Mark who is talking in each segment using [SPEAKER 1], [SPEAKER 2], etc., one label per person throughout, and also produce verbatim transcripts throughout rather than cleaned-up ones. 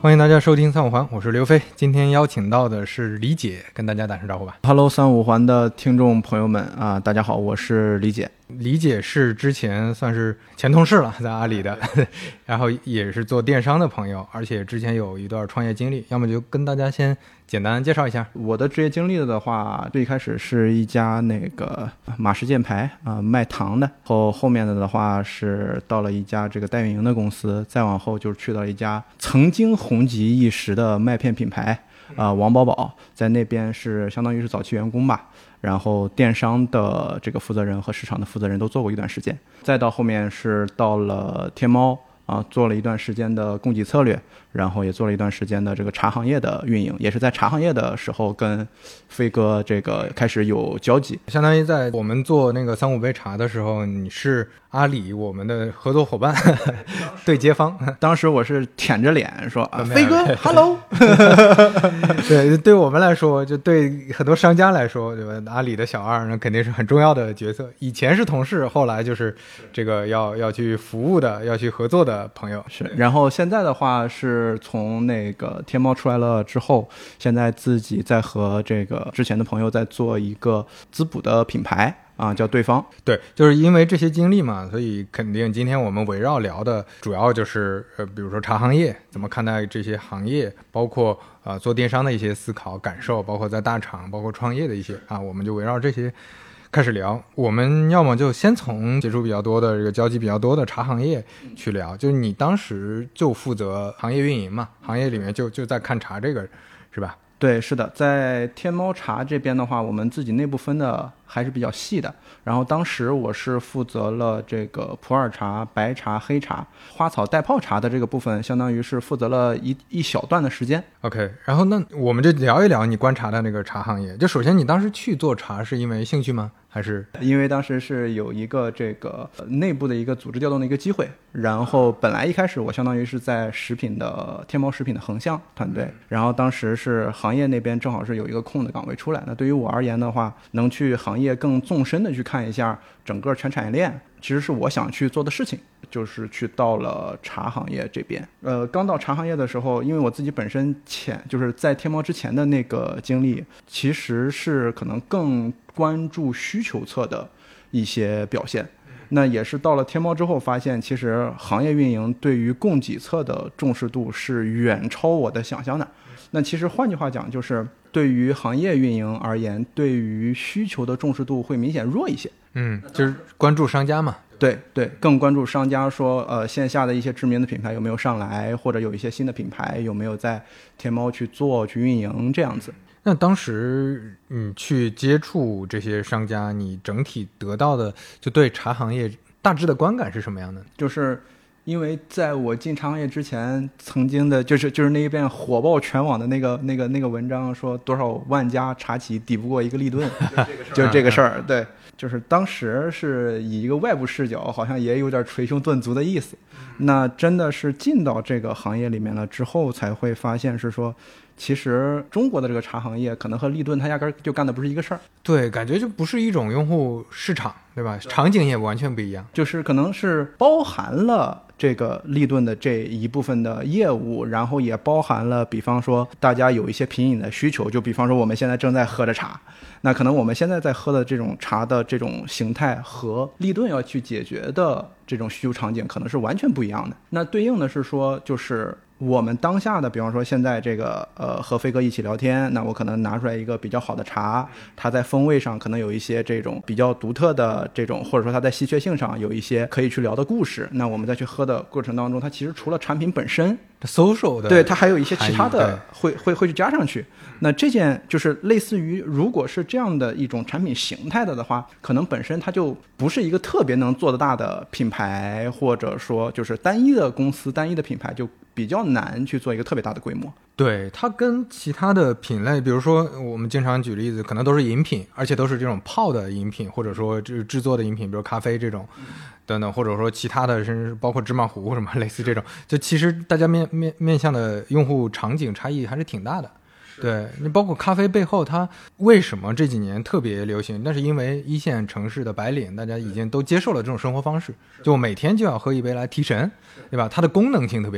[SPEAKER 1] 欢迎大家收听三五环，我是刘飞。今天邀请到的是李姐，跟大家打声招呼吧。
[SPEAKER 2] Hello， 三五环的听众朋友们啊，大家好，我是李姐。
[SPEAKER 1] 李姐是之前算是前同事了，在阿里的，然后也是做电商的朋友，而且之前有一段创业经历。要么就跟大家先简单介绍一下
[SPEAKER 2] 我的职业经历的话，最开始是一家那个马氏箭牌啊、呃、卖糖的，后后面的的话是到了一家这个代运营的公司，再往后就是去到一家曾经红极一时的麦片品牌啊、呃、王饱饱，在那边是相当于是早期员工吧。然后电商的这个负责人和市场的负责人都做过一段时间，再到后面是到了天猫啊，做了一段时间的供给策略，然后也做了一段时间的这个茶行业的运营，也是在茶行业的时候跟飞哥这个开始有交集。
[SPEAKER 1] 相当于在我们做那个三五杯茶的时候，你是阿里我们的合作伙伴，对接方。
[SPEAKER 2] 当时我是舔着脸说啊，飞哥 ，hello。
[SPEAKER 1] 对，对我们来说，就对很多商家来说，对吧？阿里的小二那肯定是很重要的角色。以前是同事，后来就是这个要要去服务的，要去合作的朋友。
[SPEAKER 2] 是，然后现在的话是从那个天猫出来了之后，现在自己在和这个之前的朋友在做一个滋补的品牌。啊，叫对方。
[SPEAKER 1] 对，就是因为这些经历嘛，所以肯定今天我们围绕聊的主要就是呃，比如说茶行业怎么看待这些行业，包括呃做电商的一些思考感受，包括在大厂包括创业的一些啊，我们就围绕这些开始聊。我们要么就先从接触比较多的这个交集比较多的茶行业去聊，就是你当时就负责行业运营嘛，行业里面就就在看茶这个是吧？
[SPEAKER 2] 对，是的，在天猫茶这边的话，我们自己内部分的还是比较细的。然后当时我是负责了这个普洱茶、白茶、黑茶、花草代泡茶的这个部分，相当于是负责了一一小段的时间。
[SPEAKER 1] OK， 然后那我们就聊一聊你观察的那个茶行业。就首先你当时去做茶是因为兴趣吗？还是
[SPEAKER 2] 因为当时是有一个这个内部的一个组织调动的一个机会，然后本来一开始我相当于是在食品的天猫食品的横向团队，然后当时是行业那边正好是有一个空的岗位出来，那对于我而言的话，能去行业更纵深的去看一下整个全产业链，其实是我想去做的事情，就是去到了茶行业这边。呃，刚到茶行业的时候，因为我自己本身前就是在天猫之前的那个经历，其实是可能更关注需求侧的一些表现。那也是到了天猫之后发现，其实行业运营对于供给侧的重视度是远超我的想象的。那其实换句话讲，就是对于行业运营而言，对于需求的重视度会明显弱一些。
[SPEAKER 1] 嗯，就是关注商家嘛。
[SPEAKER 2] 对对，更关注商家说，呃，线下的一些知名的品牌有没有上来，或者有一些新的品牌有没有在天猫去做、去运营这样子。
[SPEAKER 1] 那当时你去接触这些商家，你整体得到的就对茶行业大致的观感是什么样的？
[SPEAKER 2] 就是因为在我进茶行业之前，曾经的就是就是那一遍火爆全网的那个那个那个文章，说多少万家茶企抵不过一个立顿，就是这个事儿。对，就是当时是以一个外部视角，好像也有点捶胸顿足的意思。那真的是进到这个行业里面了之后，才会发现是说，其实中国的这个茶行业可能和立顿它压根就干的不是一个事儿。
[SPEAKER 1] 对，感觉就不是一种用户市场，对吧？场景也完全不一样，
[SPEAKER 2] 就是可能是包含了这个立顿的这一部分的业务，然后也包含了比方说大家有一些品饮的需求，就比方说我们现在正在喝的茶，那可能我们现在在喝的这种茶的这种形态和立顿要去解决的这种需求场景可能是完全不一样的。那对应的是说，就是我们当下的，比方说现在这个呃和飞哥一起聊天，那我可能拿出来一个比较好的茶，它在风味上可能有一些这种比较独特的这种，或者说它在稀缺性上有一些可以去聊的故事，那我们再去喝的过程当中，它其实除了产品本身
[SPEAKER 1] social 的，
[SPEAKER 2] 对，它还有一些其他的会会会去加上去。那这件就是类似于，如果是这样的一种产品形态的的话，可能本身它就不是一个特别能做得大的品牌，或者说就是单一的公司、单一的品牌就比较难去做一个特别大的规模。
[SPEAKER 1] 对，它跟其他的品类，比如说我们经常举例子，可能都是饮品，而且都是这种泡的饮品，或者说制制作的饮品，比如咖啡这种等等，或者说其他的，甚至包括芝麻糊什么类似这种，就其实大家面面面向的用户场景差异还是挺大的。对，你包括咖啡背后它为什么这几年特别流行，那是因为一线城市的白领大家已经都接受了这种生活方式，就每天就要喝一杯来提神，对吧？它的功能性特别强，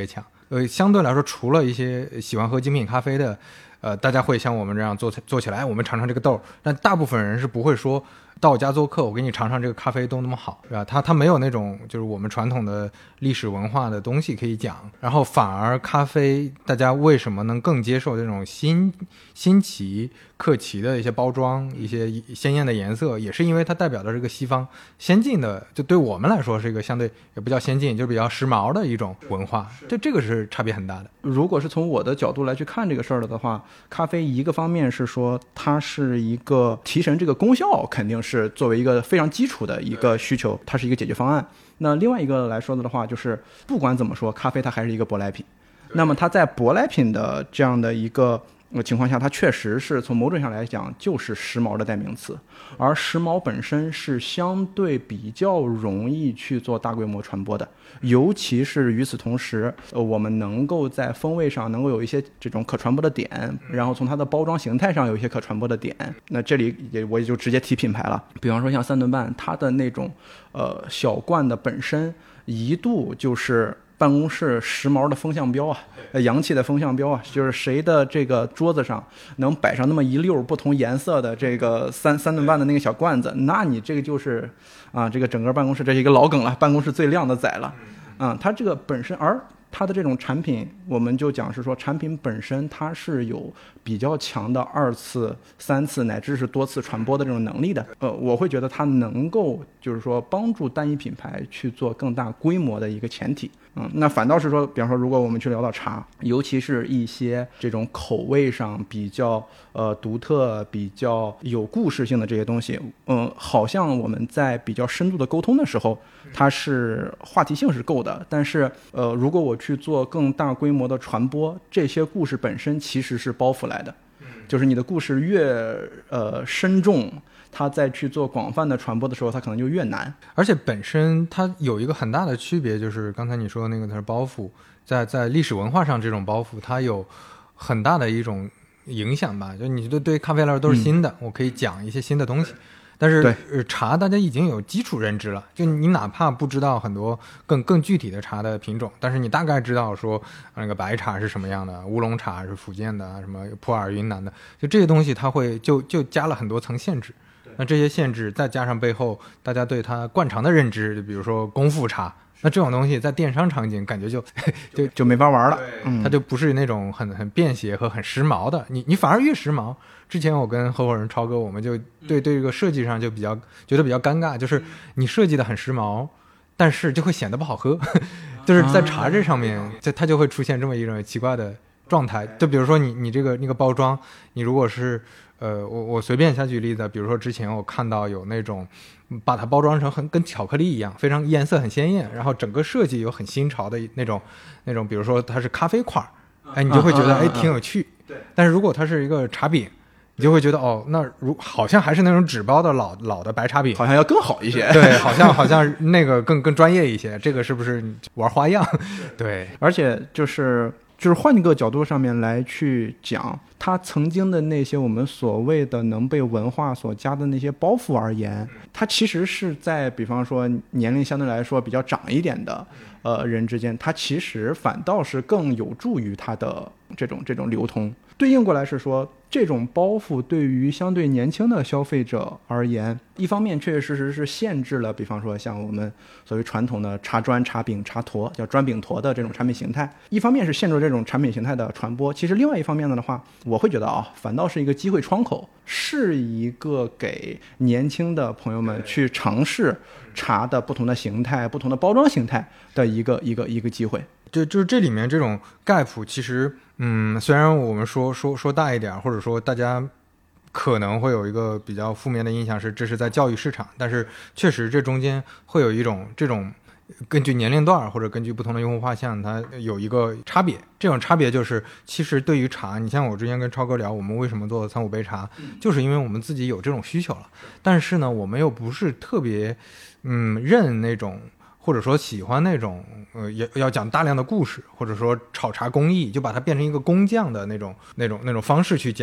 [SPEAKER 1] 呃，相对来说，除了一些喜欢喝精品咖啡的，呃，大家会像我们这样做做起来，我们尝尝这个豆，但大部分人是不会说到我家做客，我给你尝尝这个咖啡豆那么好，对吧？他他没有那种就是我们传统的历史文化的东西可以讲，然后反而咖啡大家为什么能更接受这种新新奇客奇的一些包装，一些鲜艳的颜色，也是因为它代表的这个西方先进的，就对我们来说是一个相对也不叫先进，就比较时髦的一种文化，这这个是差别很大的。
[SPEAKER 2] 如果是从我的角度来去看这个事儿了的话，咖啡一个方面是说它是一个提神这个功效，肯定是作为一个非常基础的一个需求，它是一个解决方案。那另外一个来说的话，就是不管怎么说，咖啡它还是一个舶来品。那么它在舶来品的这样的一个情况下，它确实是从某种上来讲就是时髦的代名词，而时髦本身是相对比较容易去做大规模传播的，尤其是与此同时，呃，我们能够在风味上能够有一些这种可传播的点，然后从它的包装形态上有一些可传播的点。那这里也我也就直接提品牌了，比方说像三顿半，它的那种呃小罐的本身一度就是办公室时髦的风向标啊，洋气的风向标啊，就是谁的这个桌子上能摆上那么一溜不同颜色的这个三三顿半的那个小罐子，那你这个就是啊，这个整个办公室这是一个老梗了，办公室最靓的仔了，啊，它这个本身，而它的这种产品，我们就讲是说产品本身它是有比较强的二次、三次乃至是多次传播的这种能力的。呃，我会觉得它能够就是说帮助单一品牌去做更大规模的一个前提。嗯，那反倒是说，比方说，如果我们去聊到茶，尤其是一些这种口味上比较呃独特、比较有故事性的这些东西，嗯，好像我们在比较深度的沟通的时候，它是话题性是够的，但是呃，如果我去做更大规模的传播，这些故事本身其实是包袱来的，就是你的故事越呃深重，它再去做广泛的传播的时候，它可能就越难。
[SPEAKER 1] 而且本身它有一个很大的区别，就是刚才你说的那个它是包袱，在在历史文化上这种包袱它有很大的一种影响吧，就你对对咖啡来说都是新的、嗯、我可以讲一些新的东西，但是、呃、茶大家已经有基础认知了，就你哪怕不知道很多更更具体的茶的品种，但是你大概知道说那个白茶是什么样的，乌龙茶是福建的，什么普洱云南的，就这些东西它会就就加了很多层限制。那这些限制再加上背后大家对它惯常的认知，就比如说功夫茶，那这种东西在电商场景感觉就
[SPEAKER 2] 就就没法玩了，
[SPEAKER 1] 嗯，它就不是那种很很便携和很时髦的，你你反而越时髦。之前我跟合伙人超哥，我们就对对这个设计上就比较觉得比较尴尬，就是你设计的很时髦，但是就会显得不好喝，就是在茶这上面，就它就会出现这么一种奇怪的状态。就比如说你你这个那个包装，你如果是呃，我我随便瞎举例子，比如说之前我看到有那种把它包装成很跟巧克力一样，非常颜色很鲜艳，然后整个设计有很新潮的那种那种，比如说它是咖啡块，哎，你就会觉得、嗯、哎挺有趣。对。但是如果它是一个茶饼，你就会觉得哦，那如好像还是那种纸包的老老的白茶饼，
[SPEAKER 2] 好像要更好一些。
[SPEAKER 1] 对，好像好像那个更更专业一些。这个是不是玩花样？对，
[SPEAKER 2] 而且就是就是换一个角度上面来去讲，它曾经的那些我们所谓的能被文化所加的那些包袱而言，它其实是在比方说年龄相对来说比较长一点的呃人之间，它其实反倒是更有助于它的这种这种流通。对应过来是说，这种包袱对于相对年轻的消费者而言，一方面确确实实是限制了比方说像我们所谓传统的茶砖、茶饼、茶坨，叫砖饼坨的这种产品形态，一方面是限制这种产品形态的传播，其实另外一方面的话，我会觉得啊，反倒是一个机会窗口，是一个给年轻的朋友们去尝试茶的不同的形态、不同的包装形态的一个一个一个机会。
[SPEAKER 1] 就就是这里面这种 gap， 其实嗯，虽然我们说说说大一点，或者说大家可能会有一个比较负面的印象是这是在教育市场，但是确实这中间会有一种这种根据年龄段或者根据不同的用户画像，它有一个差别。这种差别就是其实对于茶，你像我之前跟超哥聊我们为什么做三五杯茶，就是因为我们自己有这种需求了，但是呢我们又不是特别嗯认那种或者说喜欢那种呃也要讲大量的故事，或者说炒茶工艺，就把它变成一个工匠的那种那种那种方式去讲。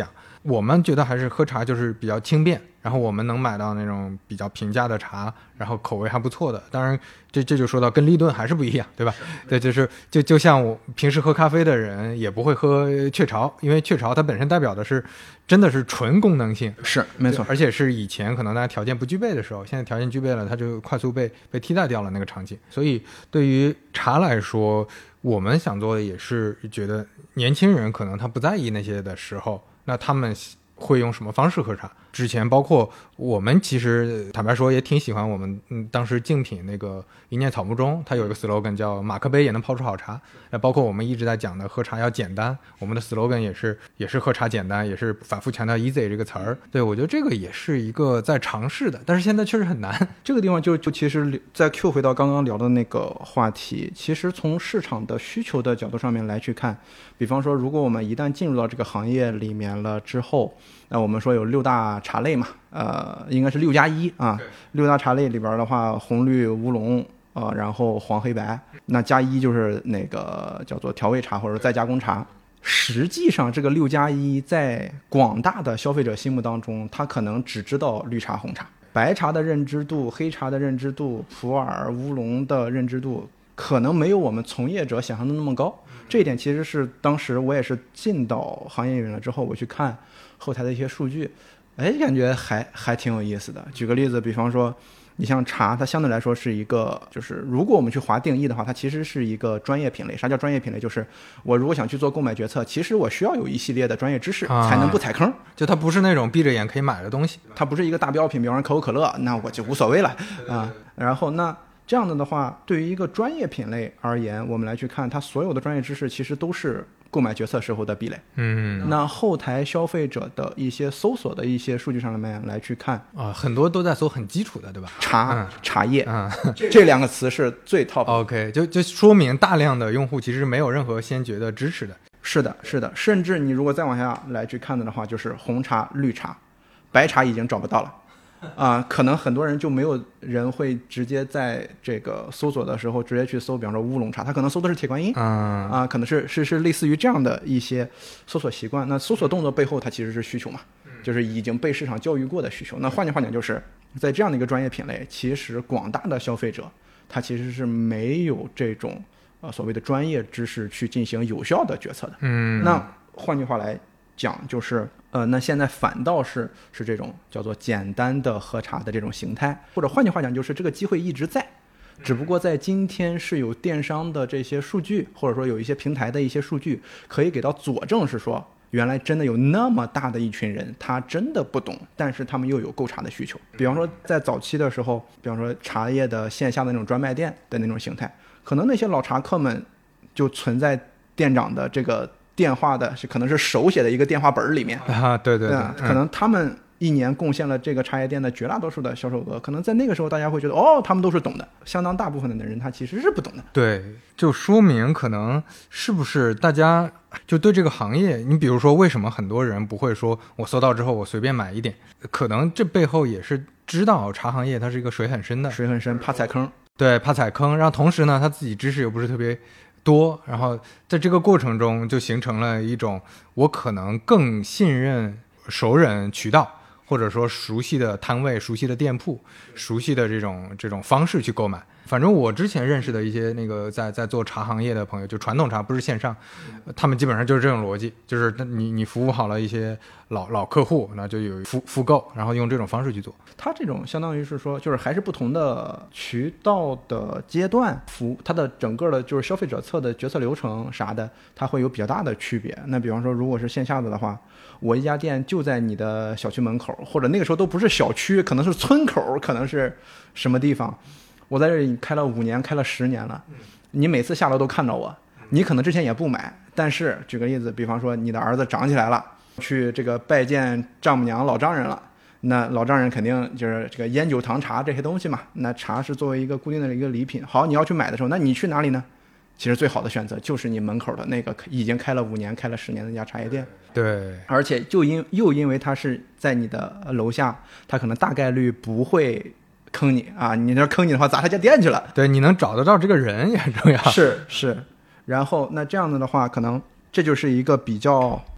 [SPEAKER 1] 我们觉得还是喝茶就是比较轻便，然后我们能买到那种比较平价的茶，然后口味还不错的。当然这这就说到跟立顿还是不一样，对吧？对，就是就就像我平时喝咖啡的人也不会喝雀巢，因为雀巢它本身代表的是真的是纯功能性，
[SPEAKER 2] 是没错，
[SPEAKER 1] 而且是以前可能大家条件不具备的时候，现在条件具备了，它就快速被被替代掉了那个场景。所以对于茶来说，我们想做的也是觉得年轻人可能他不在意那些的时候，那他们会用什么方式喝茶？之前包括我们其实坦白说也挺喜欢我们嗯当时竞品那个一念草木中，它有一个 slogan 叫马克杯也能泡出好茶。那包括我们一直在讲的喝茶要简单，我们的 slogan 也是也是喝茶简单，也是反复强调 easy 这个词儿。对，我觉得这个也是一个在尝试的，但是现在确实很难。
[SPEAKER 2] 这个地方就就其实再 Q 回到刚刚聊的那个话题，其实从市场的需求的角度上面来去看，比方说如果我们一旦进入到这个行业里面了之后，那我们说有六大茶类嘛，呃，应该是六加一啊。六大茶类里边的话，红绿乌龙啊、呃，然后黄黑白，那加一就是那个叫做调味茶或者再加工茶。实际上，这个六加一在广大的消费者心目当中，他可能只知道绿茶、红茶，白茶的认知度、黑茶的认知度、普洱、乌龙的认知度，可能没有我们从业者想象的那么高。这一点其实是当时我也是进到行业里面了之后，我去看后台的一些数据，哎，感觉还还挺有意思的。举个例子，比方说你像茶，它相对来说是一个，就是如果我们去划定义的话，它其实是一个专业品类。啥叫专业品类？就是我如果想去做购买决策，其实我需要有一系列的专业知识才能不踩坑、啊、
[SPEAKER 1] 就它不是那种闭着眼可以买的东西，
[SPEAKER 2] 它不是一个大标品，比方说可口可乐，那我就无所谓了啊。然后那这样的的话，对于一个专业品类而言，我们来去看它所有的专业知识其实都是购买决策时候的壁垒。嗯，那后台消费者的一些搜索的一些数据上面来去看
[SPEAKER 1] 啊，很多都在搜很基础的，对吧？
[SPEAKER 2] 茶、
[SPEAKER 1] 嗯、
[SPEAKER 2] 茶叶，
[SPEAKER 1] 嗯，
[SPEAKER 2] 这两个词是最 top。
[SPEAKER 1] OK， 就就说明大量的用户其实没有任何先决的支持的。
[SPEAKER 2] 是的，是的，甚至你如果再往下来去看的话，就是红茶、绿茶、白茶已经找不到了。啊、呃，可能很多人就没有人会直接在这个搜索的时候直接去搜，比方说乌龙茶，他可能搜的是铁观音，啊、呃，可能是是是类似于这样的一些搜索习惯。那搜索动作背后，它其实是需求嘛，就是已经被市场教育过的需求。那换句话讲，就是在这样的一个专业品类，其实广大的消费者他其实是没有这种呃所谓的专业知识去进行有效的决策的。嗯，那换句话来讲，就是呃，那现在反倒是是这种叫做简单的喝茶的这种形态，或者换句话讲，就是这个机会一直在，只不过在今天是有电商的这些数据，或者说有一些平台的一些数据可以给到佐证，是说原来真的有那么大的一群人，他真的不懂，但是他们又有购茶的需求。比方说在早期的时候，比方说茶叶的线下的那种专卖店的那种形态，可能那些老茶客们就存在店长的这个电话的是可能是手写的一个电话本里面
[SPEAKER 1] 啊，对对对、
[SPEAKER 2] 嗯，可能他们一年贡献了这个茶叶店的绝大多数的销售额，可能在那个时候大家会觉得哦，他们都是懂的，相当大部分的人他其实是不懂的。
[SPEAKER 1] 对，就说明可能是不是大家就对这个行业，你比如说为什么很多人不会说我搜到之后我随便买一点，可能这背后也是知道茶行业它是一个水很深的，
[SPEAKER 2] 水很深，怕踩坑。
[SPEAKER 1] 对，怕踩坑，然后同时呢他自己知识又不是特别多，然后在这个过程中就形成了一种我可能更信任熟人渠道，或者说熟悉的摊位、熟悉的店铺、熟悉的这种这种方式去购买。反正我之前认识的一些那个在在做茶行业的朋友，就传统茶不是线上，他们基本上就是这种逻辑，就是你你服务好了一些老老客户，那就有复复购，然后用这种方式去做。
[SPEAKER 2] 它这种相当于是说，就是还是不同的渠道的阶段，服务它的整个的就是消费者侧的决策流程啥的，它会有比较大的区别。那比方说，如果是线下的的话，我一家店就在你的小区门口，或者那个时候都不是小区，可能是村口，可能是什么地方。我在这里开了五年，开了十年了，你每次下楼都看到我，你可能之前也不买，但是举个例子，比方说你的儿子长起来了，去这个拜见丈母娘老丈人了，那老丈人肯定就是这个烟酒糖茶这些东西嘛，那茶是作为一个固定的一个礼品。好，你要去买的时候，那你去哪里呢？其实最好的选择就是你门口的那个已经开了五年、开了十年的那家茶叶店。
[SPEAKER 1] 对，
[SPEAKER 2] 而且就因又因为它是在你的楼下，它可能大概率不会坑你啊，你那坑你的话砸他家店去了。
[SPEAKER 1] 对，你能找得到这个人也很重要。
[SPEAKER 2] 是是，然后那这样子的话，可能这就是一个比较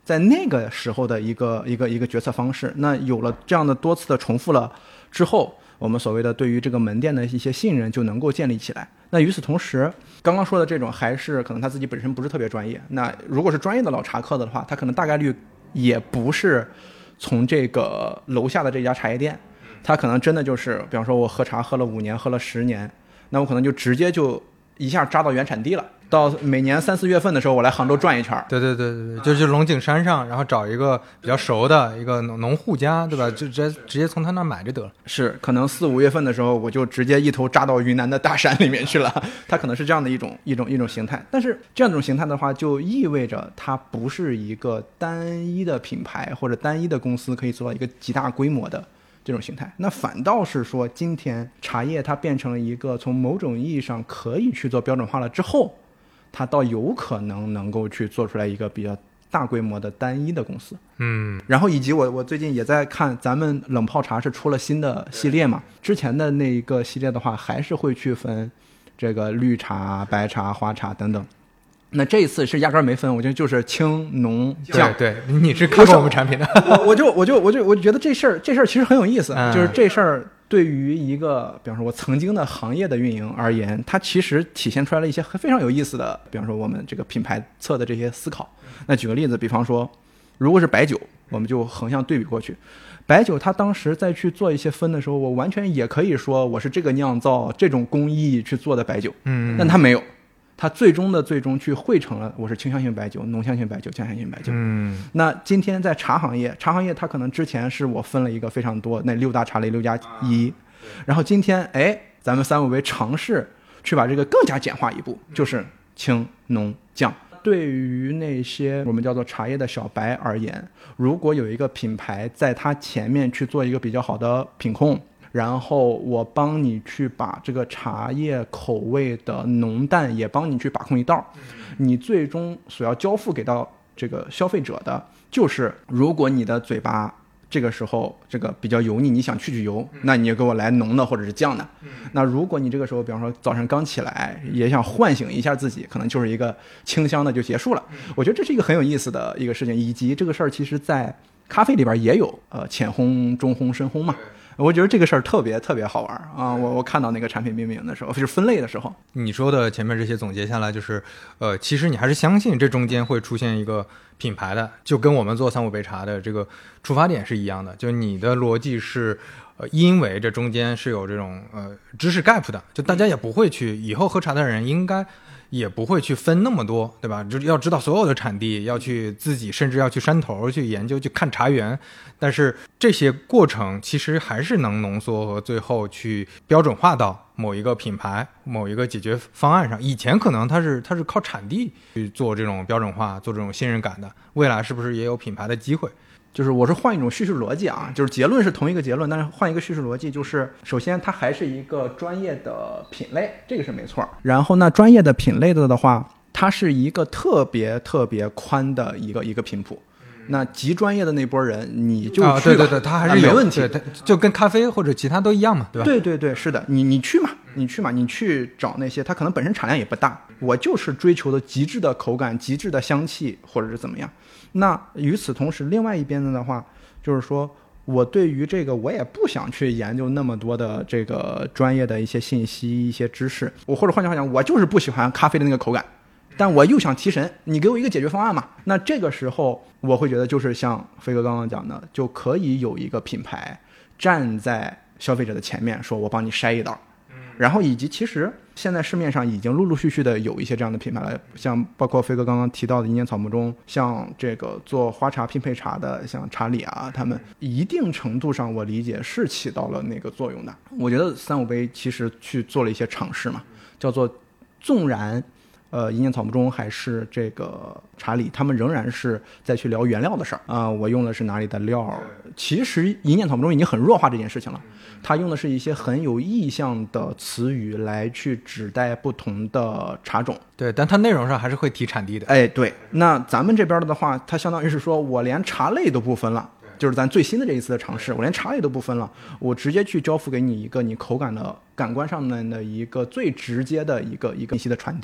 [SPEAKER 2] 在那个时候的一个一个一个决策方式。那有了这样的多次的重复了之后，我们所谓的对于这个门店的一些信任就能够建立起来。那与此同时，刚刚说的这种还是可能他自己本身不是特别专业，那如果是专业的老茶客的话，他可能大概率也不是从这个楼下的这家茶叶店，他可能真的就是比方说我喝茶喝了五年喝了十年，那我可能就直接就一下扎到原产地了，到每年三四月份的时候我来杭州转一圈。
[SPEAKER 1] 对对对对，就是龙井山上，然后找一个比较熟的一个农农户家，对吧？就直接直接从他那买就得了。
[SPEAKER 2] 是，可能四五月份的时候我就直接一头扎到云南的大山里面去了，它可能是这样的一种一种一种形态。但是这样一种形态的话，就意味着它不是一个单一的品牌或者单一的公司可以做到一个极大规模的这种形态。那反倒是说，今天茶叶它变成了一个从某种意义上可以去做标准化了之后，它倒有可能能够去做出来一个比较大规模的单一的公司。
[SPEAKER 1] 嗯，
[SPEAKER 2] 然后以及我我最近也在看，咱们冷泡茶是出了新的系列嘛，之前的那一个系列的话还是会去分这个绿茶、白茶、花茶等等。那这一次是压根儿没分，我觉得就是轻浓酱。
[SPEAKER 1] 对对，你是看过我们产品的，
[SPEAKER 2] 我我就我就我就我就觉得这事儿这事儿其实很有意思，
[SPEAKER 1] 嗯、
[SPEAKER 2] 就是这事儿对于一个比方说我曾经的行业的运营而言，它其实体现出来了一些非常有意思的，比方说我们这个品牌侧的这些思考。那举个例子，比方说如果是白酒，我们就横向对比过去，白酒它当时在去做一些分的时候，我完全也可以说我是这个酿造这种工艺去做的白酒，
[SPEAKER 1] 嗯，
[SPEAKER 2] 但它没有。它最终的最终去汇成了我是清香型白酒、浓香型白酒、酱香型白酒。
[SPEAKER 1] 嗯，
[SPEAKER 2] 那今天在茶行业，茶行业它可能之前是我分了一个非常多那六大茶类六加一，然后今天哎，咱们三五位尝试去把这个更加简化一步，就是轻浓酱。对于那些我们叫做茶叶的小白而言，如果有一个品牌在它前面去做一个比较好的品控，然后我帮你去把这个茶叶口味的浓淡也帮你去把控一道，你最终所要交付给到这个消费者的就是如果你的嘴巴这个时候这个比较油腻，你想去去油，那你就给我来浓的或者是酱的。那如果你这个时候比方说早上刚起来也想唤醒一下自己，可能就是一个清香的就结束了。我觉得这是一个很有意思的一个事情，以及这个事儿其实在咖啡里边也有呃浅烘、中烘、深烘嘛。我觉得这个事儿特别特别好玩啊！我我看到那个产品命名的时候，就是分类的时候，
[SPEAKER 1] 你说的前面这些总结下来，就是呃，其实你还是相信这中间会出现一个品牌的，就跟我们做三五杯茶的这个出发点是一样的。就你的逻辑是，呃，因为这中间是有这种呃知识 gap 的，就大家也不会去，以后喝茶的人应该也不会去分那么多，对吧？就要知道所有的产地，要去自己甚至要去山头去研究去看茶园，但是这些过程其实还是能浓缩和最后去标准化到某一个品牌某一个解决方案上。以前可能它是它是靠产地去做这种标准化做这种信任感的，未来是不是也有品牌的机会？
[SPEAKER 2] 就是我是换一种叙事逻辑啊，就是结论是同一个结论，但是换一个叙事逻辑，就是首先它还是一个专业的品类，这个是没错。然后那专业的品类的的话，它是一个特别特别宽的一个一个频谱。那极专业的那波人，你就去吧、
[SPEAKER 1] 啊、对对对，他还是
[SPEAKER 2] 没问题，
[SPEAKER 1] 对，就跟咖啡或者其他都一样嘛，对吧？
[SPEAKER 2] 对对对，是的，你你去嘛，你去嘛，你去找那些，它可能本身产量也不大，我就是追求的极致的口感、极致的香气，或者是怎么样。那与此同时，另外一边的话，就是说我对于这个我也不想去研究那么多的这个专业的一些信息、一些知识，我或者换句话讲，我就是不喜欢咖啡的那个口感。但我又想提神，你给我一个解决方案嘛？那这个时候我会觉得就是像飞哥刚刚讲的，就可以有一个品牌站在消费者的前面，说我帮你筛一道。然后以及其实现在市面上已经陆陆续续的有一些这样的品牌了，像包括飞哥刚刚提到的一年草木中，像这个做花茶拼配茶的，像茶里啊，他们一定程度上我理解是起到了那个作用的。我觉得三五杯其实去做了一些尝试嘛，叫做纵然呃，一念草木中还是这个茶里，他们仍然是在去聊原料的事儿啊、呃。我用的是哪里的料？其实一念草木中已经很弱化这件事情了，他用的是一些很有意象的词语来去指代不同的茶种。
[SPEAKER 1] 对，但它内容上还是会提产地的。
[SPEAKER 2] 哎，对。那咱们这边的话，它相当于是说我连茶类都不分了。就是咱最新的这一次的尝试，我连茶类都不分了，我直接去交付给你一个你口感的感官上面的一个最直接的一个一个信息的传递。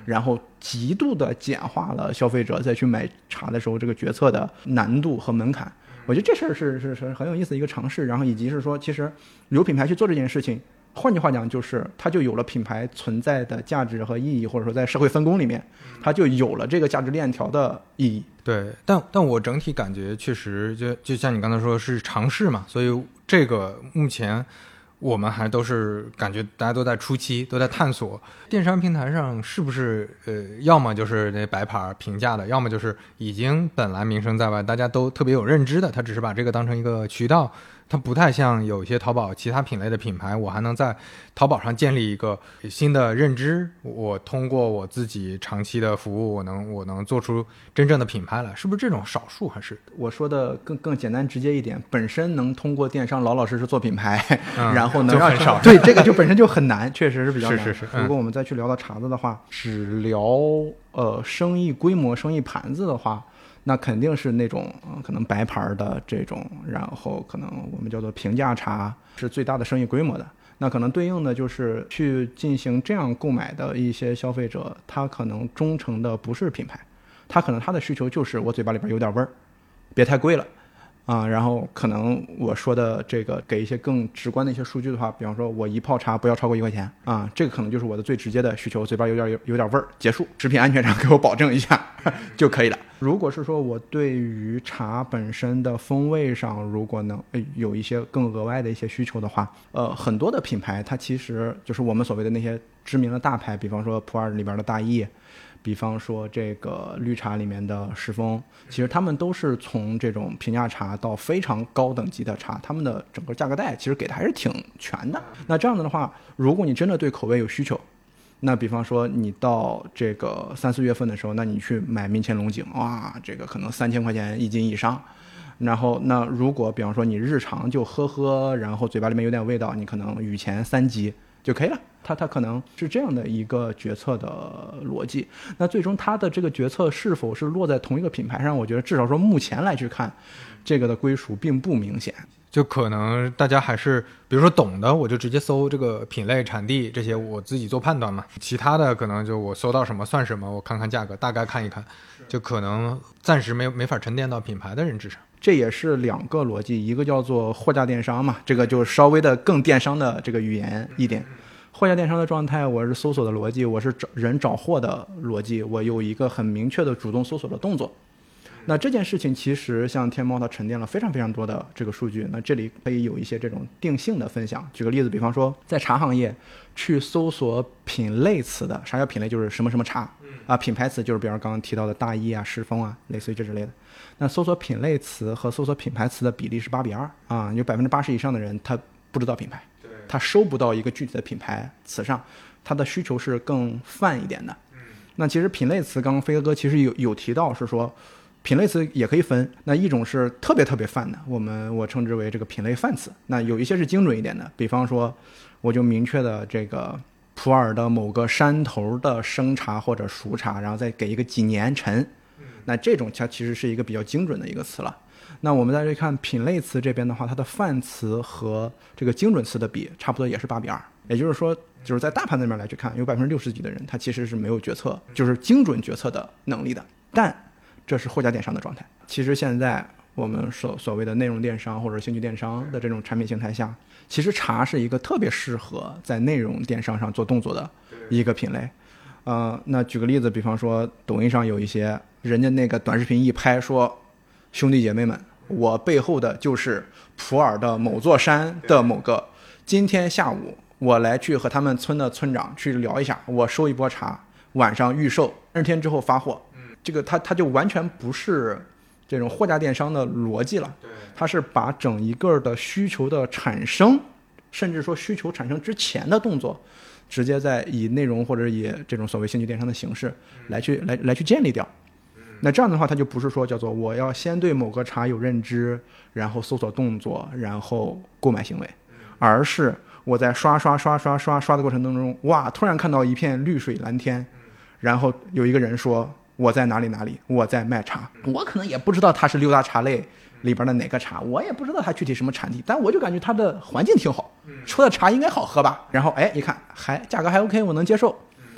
[SPEAKER 2] 然后极度的简化了消费者再去买茶的时候这个决策的难度和门槛。我觉得这事儿是是是很有意思的一个尝试，然后以及是说，其实有品牌去做这件事情，换句话讲，就是它就有了品牌存在的价值和意义，或者说在社会分工里面，它就有了这个价值链条的意义。
[SPEAKER 1] 对，但但我整体感觉确实就就像你刚才说是尝试嘛，所以这个目前我们还都是感觉大家都在初期，都在探索。电商平台上是不是呃，要么就是那白牌评价的，要么就是已经本来名声在外，大家都特别有认知的，他只是把这个当成一个渠道。它不太像有些淘宝其他品类的品牌，我还能在淘宝上建立一个新的认知，我通过我自己长期的服务，我能我能做出真正的品牌来，是不是这种少数？还是
[SPEAKER 2] 我说的更更简单直接一点，本身能通过电商老老实实做品牌，嗯、然后能让
[SPEAKER 1] 少
[SPEAKER 2] 对这个就本身就很难，确实是比较难。
[SPEAKER 1] 是是是。嗯、
[SPEAKER 2] 如果我们再去聊到茶子的话，只聊呃生意规模、生意盘子的话。那肯定是那种、呃、可能白牌的这种，然后可能我们叫做平价茶是最大的生意规模的。那可能对应的就是去进行这样购买的一些消费者，他可能忠诚的不是品牌，他可能他的需求就是我嘴巴里边有点味儿，别太贵了啊。然后可能我说的这个给一些更直观的一些数据的话，比方说我一泡茶不要超过一块钱啊，这个可能就是我的最直接的需求，嘴巴有点有有点味儿，结束，食品安全上给我保证一下就可以了。如果是说我对于茶本身的风味上，如果能有一些更额外的一些需求的话，呃，很多的品牌它其实就是我们所谓的那些知名的大牌，比方说普洱里边的大益，比方说这个绿茶里面的十峰，其实他们都是从这种平价茶到非常高等级的茶，他们的整个价格带其实给的还是挺全的。那这样子的话，如果你真的对口味有需求，那比方说你到这个三四月份的时候，那你去买明前龙井，哇，这个可能三千块钱一斤以上。然后那如果比方说你日常就喝喝，然后嘴巴里面有点味道，你可能雨前三级就可以了。它它可能是这样的一个决策的逻辑。那最终它的这个决策是否是落在同一个品牌上，我觉得至少说目前来去看，这个的归属并不明显。
[SPEAKER 1] 就可能大家还是比如说懂的我就直接搜这个品类产地这些我自己做判断嘛，其他的可能就我搜到什么算什么，我看看价格大概看一看，就可能暂时没没法沉淀到品牌的认知上。
[SPEAKER 2] 这也是两个逻辑，一个叫做货架电商嘛，这个就稍微的更电商的这个语言一点。货架电商的状态，我是搜索的逻辑，我是找人找货的逻辑，我有一个很明确的主动搜索的动作。那这件事情其实像天猫它沉淀了非常非常多的这个数据，那这里可以有一些这种定性的分享。举个例子，比方说在茶行业去搜索品类词的，啥叫品类？就是什么什么茶啊，品牌词就是比方刚刚提到的大益啊、十峰啊，类似于这之类的。那搜索品类词和搜索品牌词的比例是八比二啊，有百分之八十以上的人他不知道品牌，他收不到一个具体的品牌词上，他的需求是更泛一点的。那其实品类词刚刚飞哥哥其实有有提到是说。品类词也可以分，那一种是特别特别泛的，我们我称之为这个品类泛词。那有一些是精准一点的，比方说我就明确的这个普洱的某个山头的生茶或者熟茶，然后再给一个几年陈，那这种它其实是一个比较精准的一个词了。那我们再去看品类词这边的话，它的泛词和这个精准词的比差不多也是八比二，也就是说就是在大盘那边来去看，有百分之六十几的人他其实是没有决策，就是精准决策的能力的，但这是货架电商的状态。其实现在我们所所谓的内容电商或者兴趣电商的这种产品形态下，其实茶是一个特别适合在内容电商上做动作的一个品类。呃，那举个例子，比方说抖音上有一些人家那个短视频一拍说，兄弟姐妹们，我背后的就是普洱的某座山的某个，今天下午我来去和他们村的村长去聊一下，我收一波茶，晚上预售，二十天之后发货。这个它它就完全不是这种货架电商的逻辑了，它是把整一个的需求的产生，甚至说需求产生之前的动作，直接在以内容或者以这种所谓兴趣电商的形式来去来来去建立掉。那这样的话，它就不是说叫做我要先对某个茶有认知，然后搜索动作，然后购买行为，而是我在刷刷刷刷刷刷的过程当中，哇，突然看到一片绿水蓝天，然后有一个人说。我在哪里哪里，我在卖茶，我可能也不知道它是六大茶类里边的哪个茶，我也不知道它具体什么产地，但我就感觉它的环境挺好，出的茶应该好喝吧。然后哎，一看还价格还 OK， 我能接受。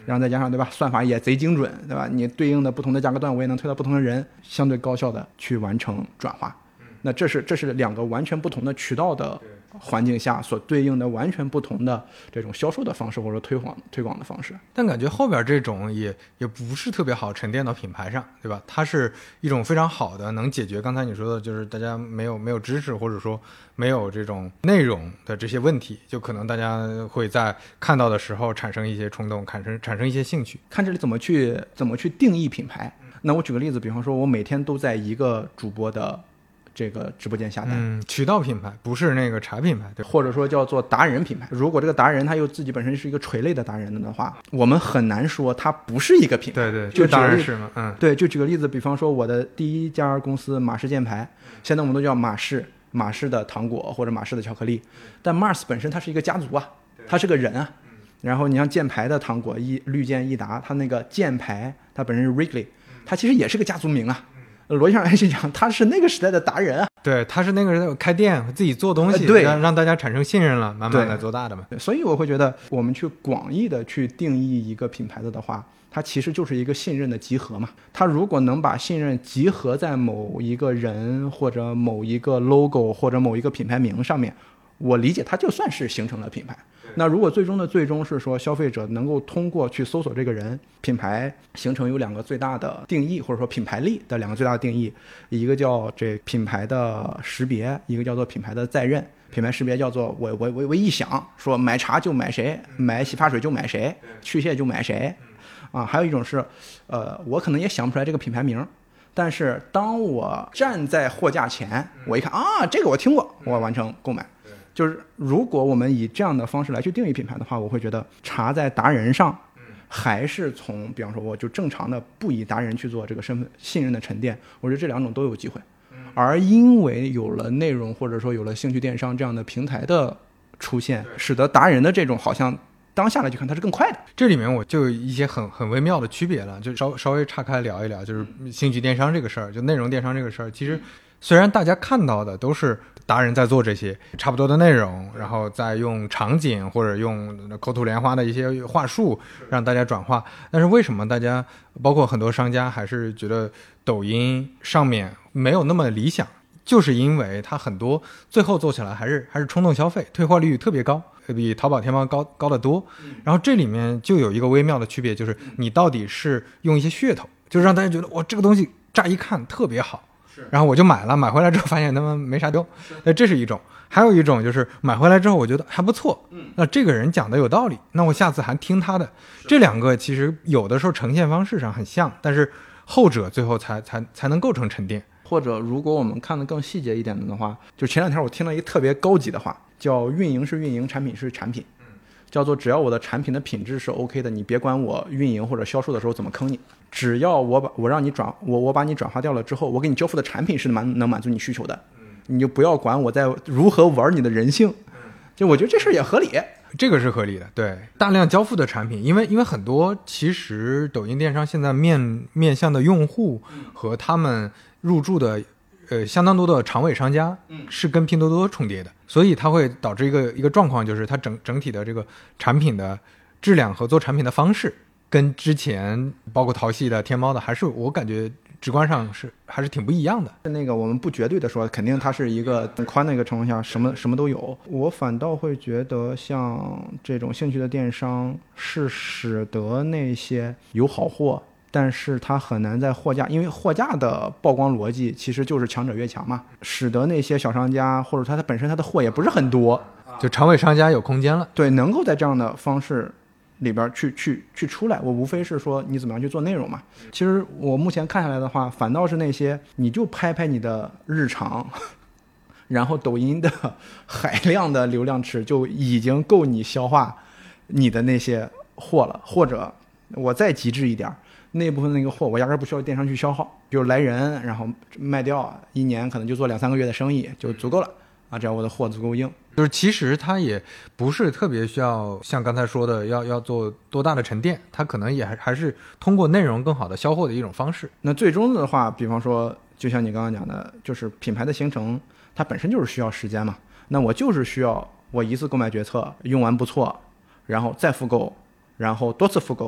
[SPEAKER 2] 然后再加上对吧，算法也贼精准，对吧？你对应的不同的价格段，我也能推到不同的人，相对高效的去完成转化。那这是这是两个完全不同的渠道的环境下所对应的完全不同的这种销售的方式或者推广推广的方式。
[SPEAKER 1] 但感觉后边这种也也不是特别好沉淀到品牌上，对吧？它是一种非常好的能解决刚才你说的，就是大家没有没有知识或者说没有这种内容的这些问题，就可能大家会在看到的时候产生一些冲动，产生产生一些兴趣。
[SPEAKER 2] 看这里怎么去怎么去定义品牌。那我举个例子，比方说我每天都在一个主播的这个直播间下单，
[SPEAKER 1] 嗯，渠道品牌不是那个茶品牌，对，
[SPEAKER 2] 或者说叫做达人品牌。如果这个达人他又自己本身是一个垂类的达人的话，我们很难说他不是一个品牌。
[SPEAKER 1] 对对，
[SPEAKER 2] 就
[SPEAKER 1] 当然是嘛，嗯，
[SPEAKER 2] 对，就举个例子，比方说我的第一家公司马氏箭牌，现在我们都叫马氏，马氏的糖果或者马氏的巧克力，但 Mars 本身它是一个家族啊，它是个人啊。然后你像箭牌的糖果一绿箭益达，它那个箭牌它本身是 Wrigley， 它其实也是个家族名啊。逻辑上来讲，他是那个时代的达人啊。
[SPEAKER 1] 对，他是那个人开店自己做东西，
[SPEAKER 2] 呃、对，
[SPEAKER 1] 让让大家产生信任了，慢慢的做大的嘛。
[SPEAKER 2] 所以我会觉得，我们去广义的去定义一个品牌子的话，它其实就是一个信任的集合嘛。它如果能把信任集合在某一个人或者某一个 logo 或者某一个品牌名上面，我理解它就算是形成了品牌。那如果最终的最终是说消费者能够通过去搜索这个人，品牌形成有两个最大的定义，或者说品牌力的两个最大的定义，一个叫这品牌的识别，一个叫做品牌的在认。品牌识别叫做我我我我一想说买茶就买谁，买洗发水就买谁，去屑就买谁啊。还有一种是呃我可能也想不出来这个品牌名，但是当我站在货架前，我一看啊这个我听过，我完成购买。就是如果我们以这样的方式来去定义品牌的话，我会觉得茶在达人上还是从比方说我就正常的不以达人去做这个身份信任的沉淀，我觉得这两种都有机会。而因为有了内容或者说有了兴趣电商这样的平台的出现，使得达人的这种好像当下来去看它是更快的。
[SPEAKER 1] 这里面我就有一些很很微妙的区别了，就稍稍微岔开聊一聊，就是兴趣电商这个事儿，就内容电商这个事儿，其实虽然大家看到的都是达人在做这些差不多的内容，然后再用场景或者用口吐莲花的一些话术让大家转化，但是为什么大家包括很多商家还是觉得抖音上面没有那么理想，就是因为它很多最后做起来还是还是冲动消费，退货率特别高，比淘宝天猫高高得多。然后这里面就有一个微妙的区别，就是你到底是用一些噱头，就是让大家觉得哇这个东西乍一看特别好，然后我就买了，买回来之后发现他们没啥用，那这是一种。还有一种就是买回来之后我觉得还不错，那这个人讲的有道理，那我下次还听他的。这两个其实有的时候呈现方式上很像，但是后者最后才才才能构成沉淀。
[SPEAKER 2] 或者如果我们看得更细节一点的话，就前两天我听了一个特别高级的话，叫运营是运营，产品是产品，叫做只要我的产品的品质是 OK 的，你别管我运营或者销售的时候怎么坑你，只要我把我让你转我我把你转化掉了之后，我给你交付的产品是满能满足你需求的，你就不要管我在如何玩你的人性。就我觉得这事也合理，
[SPEAKER 1] 这个是合理的。对，大量交付的产品，因为因为很多其实抖音电商现在面面向的用户和他们入驻的呃相当多的长尾商家是跟拼多多重叠的，所以它会导致一个一个状况，就是它整整体的这个产品的质量和做产品的方式跟之前包括淘系的天猫的还是我感觉直观上是还是挺不一样的。
[SPEAKER 2] 那个我们不绝对的说肯定它是一个很宽的一个情况下什么什么都有，我反倒会觉得像这种兴趣的电商是使得那些有好货但是它很难在货架，因为货架的曝光逻辑其实就是强者越强嘛，使得那些小商家或者他它本身它的货也不是很多，
[SPEAKER 1] 就长尾商家有空间了。
[SPEAKER 2] 对，能够在这样的方式里边去去去出来，我无非是说你怎么样去做内容嘛。其实我目前看下来的话，反倒是那些你就拍拍你的日常，然后抖音的海量的流量池就已经够你消化你的那些货了，或者我再极致一点，那部分那个货我压根不需要电商去消耗，比如来人然后卖掉，一年可能就做两三个月的生意就足够了啊，只要我的货足够硬。
[SPEAKER 1] 就是其实它也不是特别需要像刚才说的要要做多大的沉淀，它可能也还还是通过内容更好的销货的一种方式。
[SPEAKER 2] 那最终的话，比方说就像你刚刚讲的，就是品牌的形成它本身就是需要时间嘛，那我就是需要我一次购买决策用完不错，然后再复购，然后多次复购，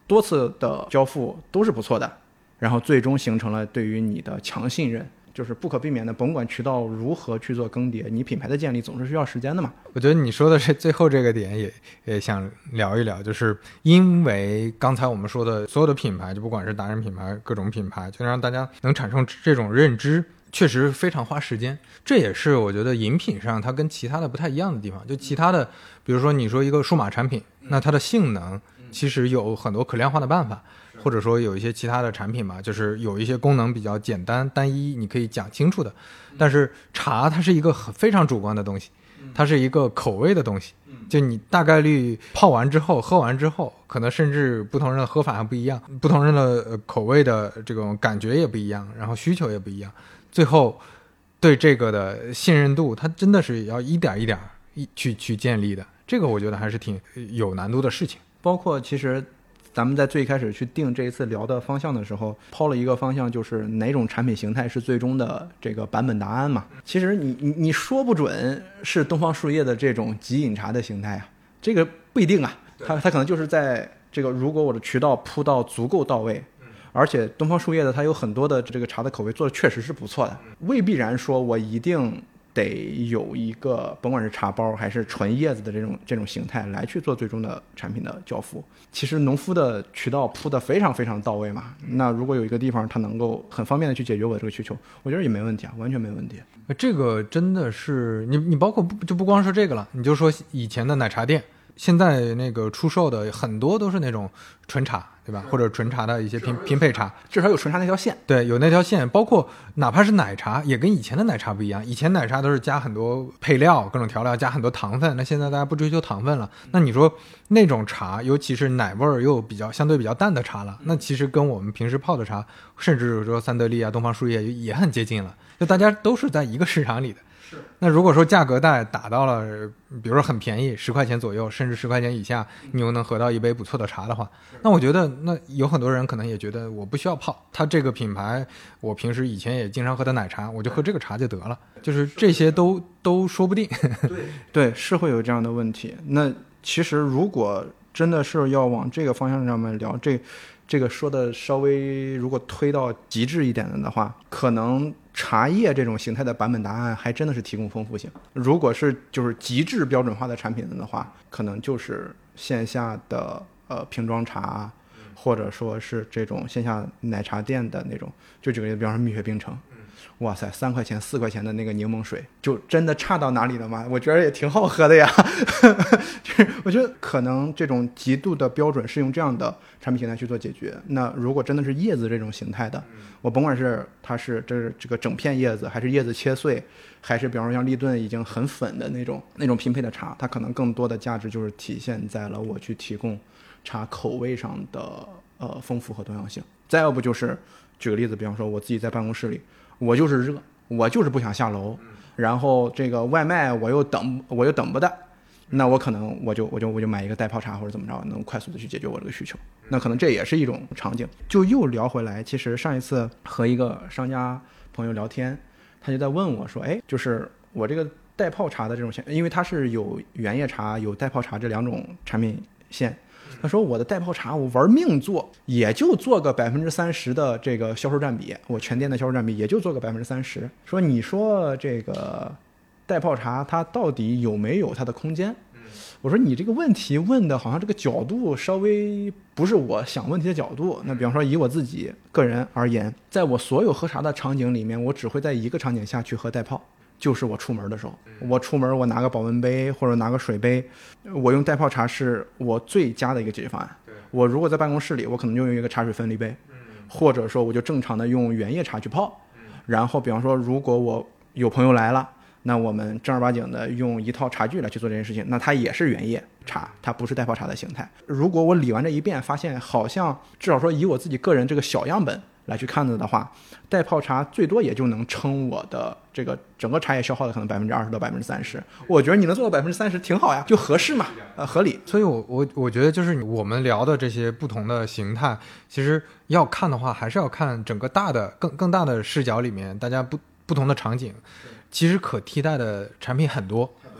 [SPEAKER 2] 多次的交付都是不错的，然后最终形成了对于你的强信任。就是不可避免的，甭管渠道如何去做更迭，你品牌的建立总是需要时间的嘛。
[SPEAKER 1] 我觉得你说的是最后这个点也也想聊一聊，就是因为刚才我们说的所有的品牌，就不管是达人品牌各种品牌，就让大家能产生这种认知，确实非常花时间。这也是我觉得饮品上它跟其他的不太一样的地方。就其他的比如说你说一个数码产品，那它的性能其实有很多可量化的办法，或者说有一些其他的产品嘛，就是有一些功能比较简单单一，你可以讲清楚的。但是茶它是一个很非常主观的东西，它是一个口味的东西，就你大概率泡完之后喝完之后，可能甚至不同人的喝法还不一样，不同人的口味的这种感觉也不一样，然后需求也不一样，最后对这个的信任度它真的是要一点一点去去建立的，这个我觉得还是挺有难度的事情。
[SPEAKER 2] 包括其实咱们在最开始去定这一次聊的方向的时候，抛了一个方向，就是哪种产品形态是最终的这个版本答案嘛。其实你你你说不准是东方树叶的这种即饮茶的形态啊，这个不一定啊，它它可能就是在这个如果我的渠道铺到足够到位，而且东方树叶的它有很多的这个茶的口味做的确实是不错的，未必然说我一定得有一个甭管是茶包还是纯叶子的这种这种形态来去做最终的产品的交付。其实农夫的渠道铺得非常非常到位嘛，那如果有一个地方它能够很方便的去解决我这个需求，我觉得也没问题啊，完全没问题。
[SPEAKER 1] 这个真的是你你包括不就不光说这个了，你就说以前的奶茶店，现在那个出售的很多都是那种纯茶，对吧？或者纯茶的一些拼拼配茶，
[SPEAKER 2] 至少有纯茶那条线。
[SPEAKER 1] 对，有那条线。包括哪怕是奶茶，也跟以前的奶茶不一样。以前奶茶都是加很多配料、各种调料，加很多糖分。那现在大家不追求糖分了。那你说那种茶，尤其是奶味儿又比较相对比较淡的茶了，那其实跟我们平时泡的茶，甚至说三得利啊、东方树叶也很接近了。就大家都是在一个市场里的。那如果说价格带打到了比如说很便宜十块钱左右，甚至十块钱以下，你又能喝到一杯不错的茶的话，那我觉得那有很多人可能也觉得我不需要泡，它这个品牌我平时以前也经常喝的奶茶，我就喝这个茶就得了，就是这些都都说不定。
[SPEAKER 2] 对对，是会有这样的问题。那其实如果真的是要往这个方向上面聊，这这个说的稍微如果推到极致一点的话，可能茶叶这种形态的版本答案还真的是提供丰富性。如果是就是极致标准化的产品的话，可能就是线下的呃瓶装茶，或者说是这种线下奶茶店的那种，就举个例子，比方说蜜雪冰城，哇塞，三块钱四块钱的那个柠檬水，就真的差到哪里了吗？我觉得也挺好喝的呀。就是我觉得可能这种极度的标准是用这样的产品形态去做解决。那如果真的是叶子这种形态的，我甭管是它是这这个整片叶子，还是叶子切碎，还是比方说像立顿已经很粉的那种那种拼配的茶，它可能更多的价值就是体现在了我去提供茶口味上的呃丰富和多样性。再要不就是举个例子，比方说我自己在办公室里，我就是热，我就是不想下楼，然后这个外卖我又等我又等不到，那我可能我就我就我就买一个代泡茶或者怎么着，能快速的去解决我这个需求。那可能这也是一种场景。就又聊回来，其实上一次和一个商家朋友聊天，他就在问我说，哎，就是我这个代泡茶的这种线，因为它是有原叶茶有代泡茶这两种产品线。他说我的代泡茶我玩命做，也就做个百分之三十的这个销售占比，我全店的销售占比也就做个百分之三十。说你说这个代泡茶它到底有没有它的空间？我说你这个问题问的好像这个角度稍微不是我想问题的角度。那比方说以我自己个人而言，在我所有喝茶的场景里面，我只会在一个场景下去喝代泡，就是我出门的时候，我出门我拿个保温杯或者拿个水杯，我用代泡茶是我最佳的一个解决方案。我如果在办公室里，我可能就用一个茶水分离杯，或者说我就正常的用原叶茶去泡。然后比方说如果我有朋友来了，那我们正儿八经的用一套茶具来去做这件事情，那它也是原叶茶，它不是代泡茶的形态。如果我理完这一遍发现好像至少说以我自己个人这个小样本来去看的话，代泡茶最多也就能撑我的这个整个茶叶消耗的可能百分之二十到百分之三十。我觉得你能做到百分之三十挺好呀，就合适嘛，呃，合理。
[SPEAKER 1] 所以我我我觉得就是我们聊的这些不同的形态，其实要看的话，还是要看整个大的更更大的视角里面，大家不不同的场景，其实可替代的产品很多。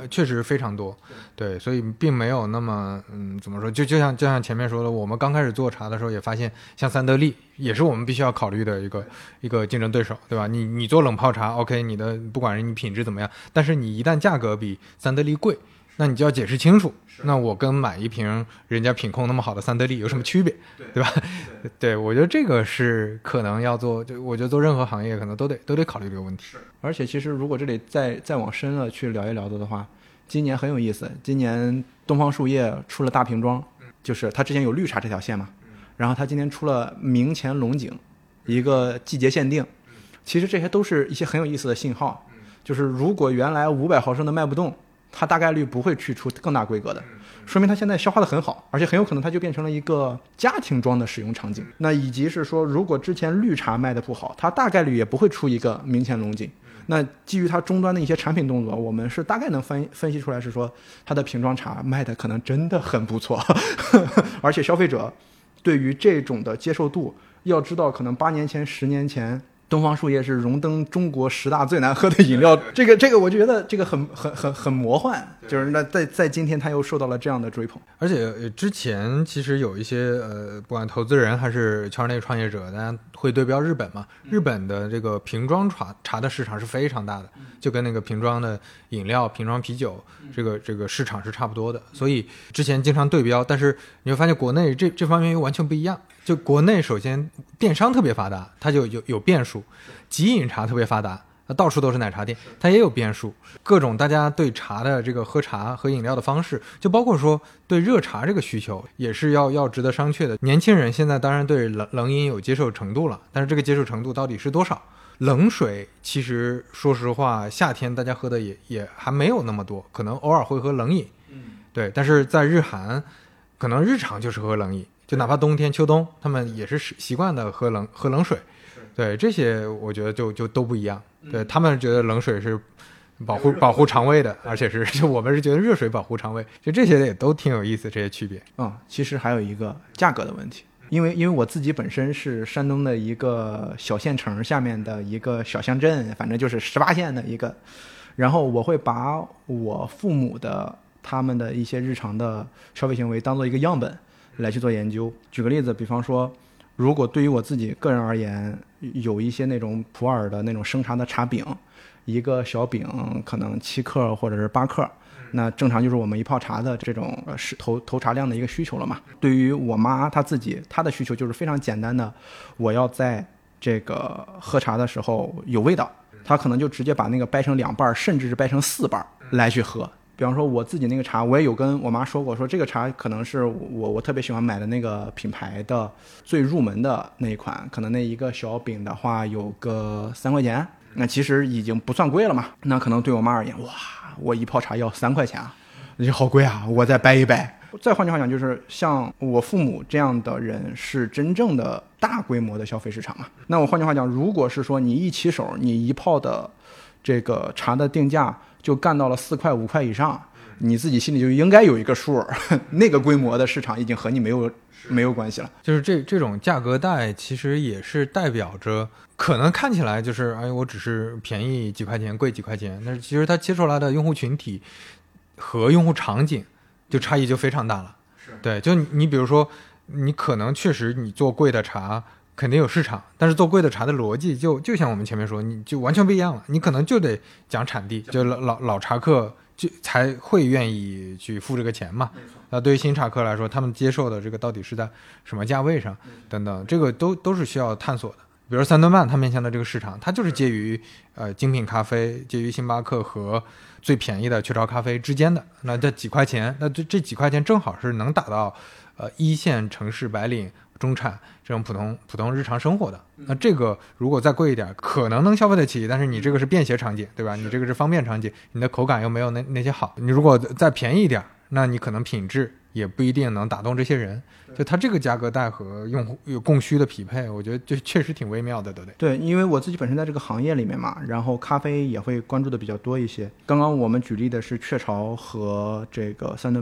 [SPEAKER 1] 呃确实非常多，对，所以并没有那么嗯怎么说，就就像就像前面说的，我们刚开始做茶的时候也发现，像三得利也是我们必须要考虑的一个一个竞争对手，对吧？你你做冷泡茶 ，OK， 你的不管是你品质怎么样，但是你一旦价格比三得利贵，那你就要解释清楚，那我跟买一瓶人家品控那么好的三得利有什么区别，对, 对吧？对, 对，我觉得这个是可能要做，就我觉得做任何行业可能都得都得考虑这个问题。
[SPEAKER 2] 而且其实如果这里再再往深了去聊一聊的话，今年很有意思，今年东方树叶出了大瓶装，就是它之前有绿茶这条线嘛，然后它今年出了明前龙井，一个季节限定，其实这些都是一些很有意思的信号，就是如果原来五百毫升的卖不动，它大概率不会去出更大规格的，说明它现在消化的很好，而且很有可能它就变成了一个家庭装的使用场景。那以及是说，如果之前绿茶卖的不好，它大概率也不会出一个明前龙井。那基于它终端的一些产品动作，我们是大概能分分析出来，是说它的瓶装茶卖的可能真的很不错，而且消费者对于这种的接受度，要知道可能八年前、十年前。东方树叶是荣登中国十大最难喝的饮料，这个这个我觉得这个很很很很魔幻，就是那在在今天他又受到了这样的追捧。
[SPEAKER 1] 而且之前其实有一些呃，不管投资人还是圈内创业者，大家会对标日本嘛，日本的这个瓶装茶茶的市场是非常大的，就跟那个瓶装的饮料、瓶装啤酒这个这个市场是差不多的，所以之前经常对标，但是你会发现国内这这方面又完全不一样。就国内首先电商特别发达，它就有有变数，即饮茶特别发达，到处都是奶茶店，它也有变数，各种大家对茶的这个喝茶喝饮料的方式，就包括说对热茶这个需求也是要要值得商榷的。年轻人现在当然对冷冷饮有接受程度了，但是这个接受程度到底是多少？冷水其实说实话夏天大家喝的也也还没有那么多，可能偶尔会喝冷饮，对，但是在日韩可能日常就是喝冷饮，就哪怕冬天秋冬他们也是习惯的喝冷喝冷水，对，这些我觉得就就都不一样，对，他们觉得冷水是保护保护肠胃的，而且是就我们是觉得热水保护肠胃，就这些也都挺有意思，这些区别。
[SPEAKER 2] 嗯，其实还有一个价格的问题，因为因为我自己本身是山东的一个小县城下面的一个小乡镇，反正就是十八线的一个，然后我会把我父母的他们的一些日常的消费行为当做一个样本来去做研究。举个例子，比方说如果对于我自己个人而言，有一些那种普洱的那种生茶的茶饼，一个小饼可能七克或者是八克，那正常就是我们一泡茶的这种是投投茶量的一个需求了嘛。对于我妈她自己，她的需求就是非常简单的，我要在这个喝茶的时候有味道，她可能就直接把那个掰成两半，甚至是掰成四半来去喝。比方说我自己那个茶，我也有跟我妈说过，说这个茶可能是我我特别喜欢买的那个品牌的最入门的那一款，可能那一个小饼的话有个三块钱，那其实已经不算贵了嘛。那可能对我妈而言，哇，我一泡茶要三块钱啊，那就好贵啊，我再掰一掰。再换句话讲，就是像我父母这样的人是真正的大规模的消费市场嘛。那我换句话讲，如果是说你一起手，你一泡的这个茶的定价就干到了四块五块以上，你自己心里就应该有一个数，那个规模的市场已经和你没有没有关系了。
[SPEAKER 1] 就是这这种价格带其实也是代表着可能看起来就是哎我只是便宜几块钱贵几块钱，但是其实它切出来的用户群体和用户场景就差异就非常大了。对，就你你比如说你可能确实你做贵的茶肯定有市场，但是做贵的茶的逻辑就就像我们前面说，你就完全不一样了。你可能就得讲产地，就老老老茶客就才会愿意去付这个钱嘛。那对于新茶客来说，他们接受的这个到底是在什么价位上等等，这个都都是需要探索的。比如三顿半它面向的这个市场，它就是介于呃精品咖啡，介于星巴克和最便宜的雀巢咖啡之间的。那这几块钱，那这这几块钱正好是能打到呃一线城市白领中产这种普通普通日常生活的。那这个如果再贵一点可能能消费得起，但是你这个是便携场景，对吧？你这个是方便场景，你的口感又没有那那些好。你如果再便宜一点，那你可能品质也不一定能打动这些人。就它这个价格带和用户有供需的匹配，我觉得就确实挺微妙的，对不对？
[SPEAKER 2] 对，因为我自己本身在这个行业里面嘛，然后咖啡也会关注的比较多一些。刚刚我们举例的是雀巢和这个三顿半，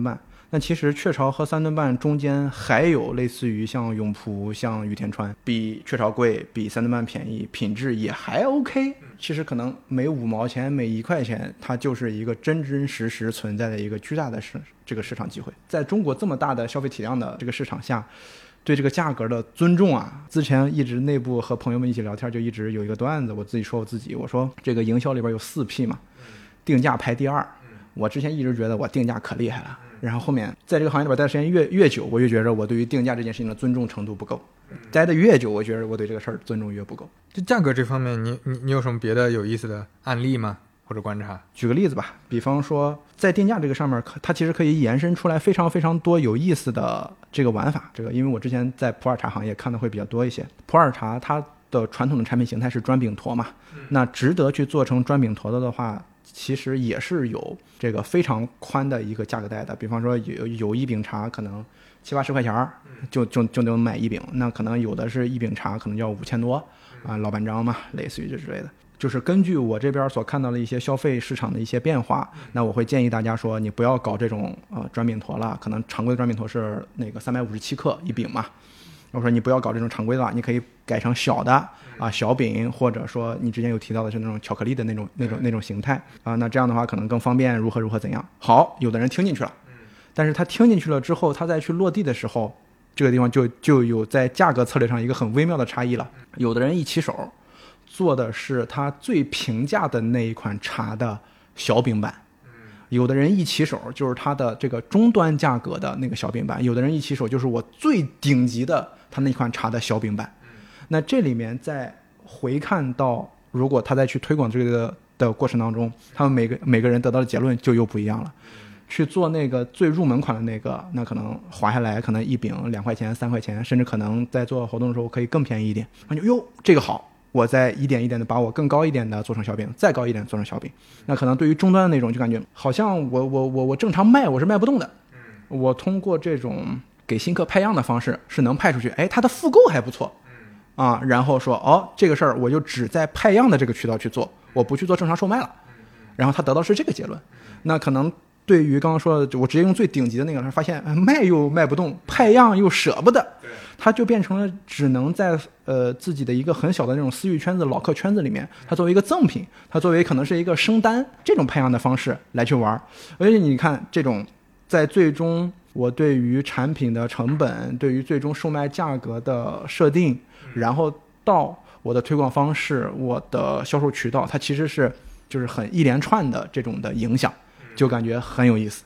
[SPEAKER 2] 那其实雀巢和三顿半中间还有类似于像永璞、像羽田川，比雀巢贵，比三顿半便宜，品质也还 OK。其实可能每五毛钱、每一块钱，它就是一个真真实实存在的一个巨大的市这个市场机会。在中国这么大的消费体量的这个市场下，对这个价格的尊重啊，之前一直内部和朋友们一起聊天，就一直有一个段子，我自己说我自己，我说这个营销里边有四 P 嘛，定价排第二。我之前一直觉得我定价可厉害了，然后后面在这个行业里边待的时间越越久，我越觉得我对于定价这件事情的尊重程度不够，待的越久，我觉得我对这个事儿尊重越不够。
[SPEAKER 1] 就价格这方面，你你你有什么别的有意思的案例吗？或者观察？
[SPEAKER 2] 举个例子吧，比方说在定价这个上面，它其实可以延伸出来非常非常多有意思的这个玩法。这个因为我之前在普洱茶行业看的会比较多一些，普洱茶它的传统的产品形态是砖饼坨嘛，那值得去做成砖饼坨的的话，其实也是有这个非常宽的一个价格带的。比方说有有一饼茶可能七八十块钱就就就能买一饼，那可能有的是一饼茶可能要五千多啊，老板章嘛，类似于这之类的。就是根据我这边所看到的一些消费市场的一些变化，那我会建议大家说，你不要搞这种呃砖饼坨了，可能常规的砖饼坨是那个三百五十七克一饼嘛。我说你不要搞这种常规的，你可以改成小的啊小饼，或者说你之前有提到的是那种巧克力的那种那种那种形态啊，那这样的话可能更方便，如何如何怎样。好，有的人听进去了，但是他听进去了之后，他再去落地的时候，这个地方就就有在价格策略上一个很微妙的差异了。有的人一起手做的是他最平价的那一款茶的小饼版，有的人一起手就是他的这个中端价格的那个小饼版，有的人一起手就是我最顶级的他那款茶的小饼版。那这里面再回看到，如果他再去推广这个的过程当中，他们每个每个人得到的结论就又不一样了。去做那个最入门款的那个，那可能划下来可能一饼两块钱三块钱，甚至可能在做活动的时候可以更便宜一点。那就哟这个好，我再一点一点的把我更高一点的做成小饼，再高一点做成小饼。那可能对于终端的那种就感觉好像我我我我正常卖我是卖不动的，我通过这种给新客派样的方式是能派出去，哎，它的复购还不错啊，然后说哦这个事儿我就只在派样的这个渠道去做，我不去做正常售卖了，然后他得到是这个结论。那可能对于刚刚说的我直接用最顶级的那个，他发现卖又卖不动，派样又舍不得，他就变成了只能在呃自己的一个很小的那种私域圈子老客圈子里面，他作为一个赠品，他作为可能是一个升单这种派样的方式来去玩。而且你看这种在最终我对于产品的成本，对于最终售卖价格的设定，然后到我的推广方式，我的销售渠道，它其实是就是很一连串的这种的影响，就感觉很有意思。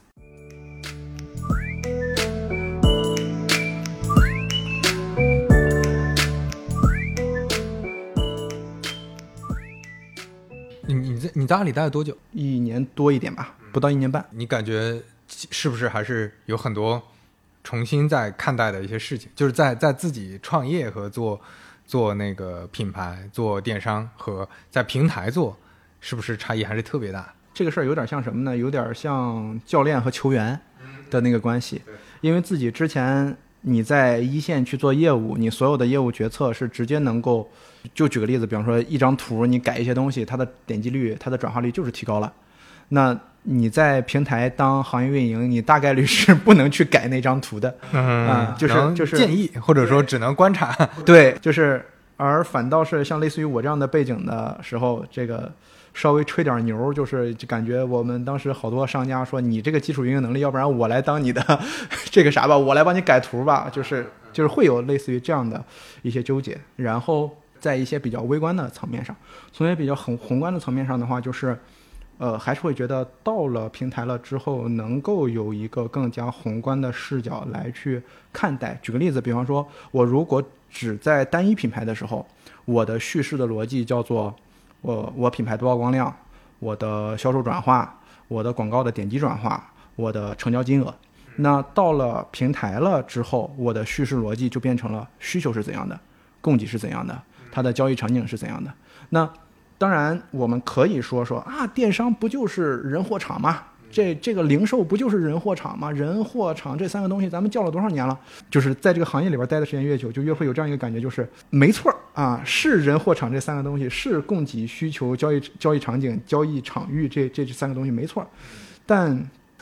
[SPEAKER 1] 你你在你在阿里待了多久？
[SPEAKER 2] 一年多一点吧，不到一年半。
[SPEAKER 1] 你感觉是不是还是有很多重新在看待的一些事情？就是在在自己创业和做做那个品牌、做电商和在平台做，是不是差异还是特别大？
[SPEAKER 2] 这个事儿有点像什么呢？有点像教练和球员的那个关系。因为自己之前你在一线去做业务，你所有的业务决策是直接能够，就举个例子，比方说一张图你改一些东西，它的点击率、它的转化率就是提高了。那你在平台当行业运营，你大概率是不能去改那张图的，
[SPEAKER 1] 嗯，
[SPEAKER 2] 啊、就是就是
[SPEAKER 1] 建议，或者说只能观察。
[SPEAKER 2] 对，就是而反倒是像类似于我这样的背景的时候，这个稍微吹点牛，就是就感觉我们当时好多商家说你这个基础运营能力，要不然我来当你的这个啥吧，我来帮你改图吧，就是就是会有类似于这样的一些纠结。然后在一些比较微观的层面上，从一些比较宏宏观的层面上的话，就是呃还是会觉得到了平台了之后，能够有一个更加宏观的视角来去看待。举个例子，比方说我如果只在单一品牌的时候，我的叙事的逻辑叫做我我品牌的曝光量，我的销售转化，我的广告的点击转化，我的成交金额。那到了平台了之后，我的叙事逻辑就变成了需求是怎样的，供给是怎样的，它的交易场景是怎样的。那当然我们可以说说啊，电商不就是人货场吗？这这个零售不就是人货场吗？人货场这三个东西咱们叫了多少年了？就是在这个行业里边待的时间越久，就越会有这样一个感觉，就是没错啊，是人货场这三个东西，是供给需求交易交易场景交易场域这这三个东西没错。但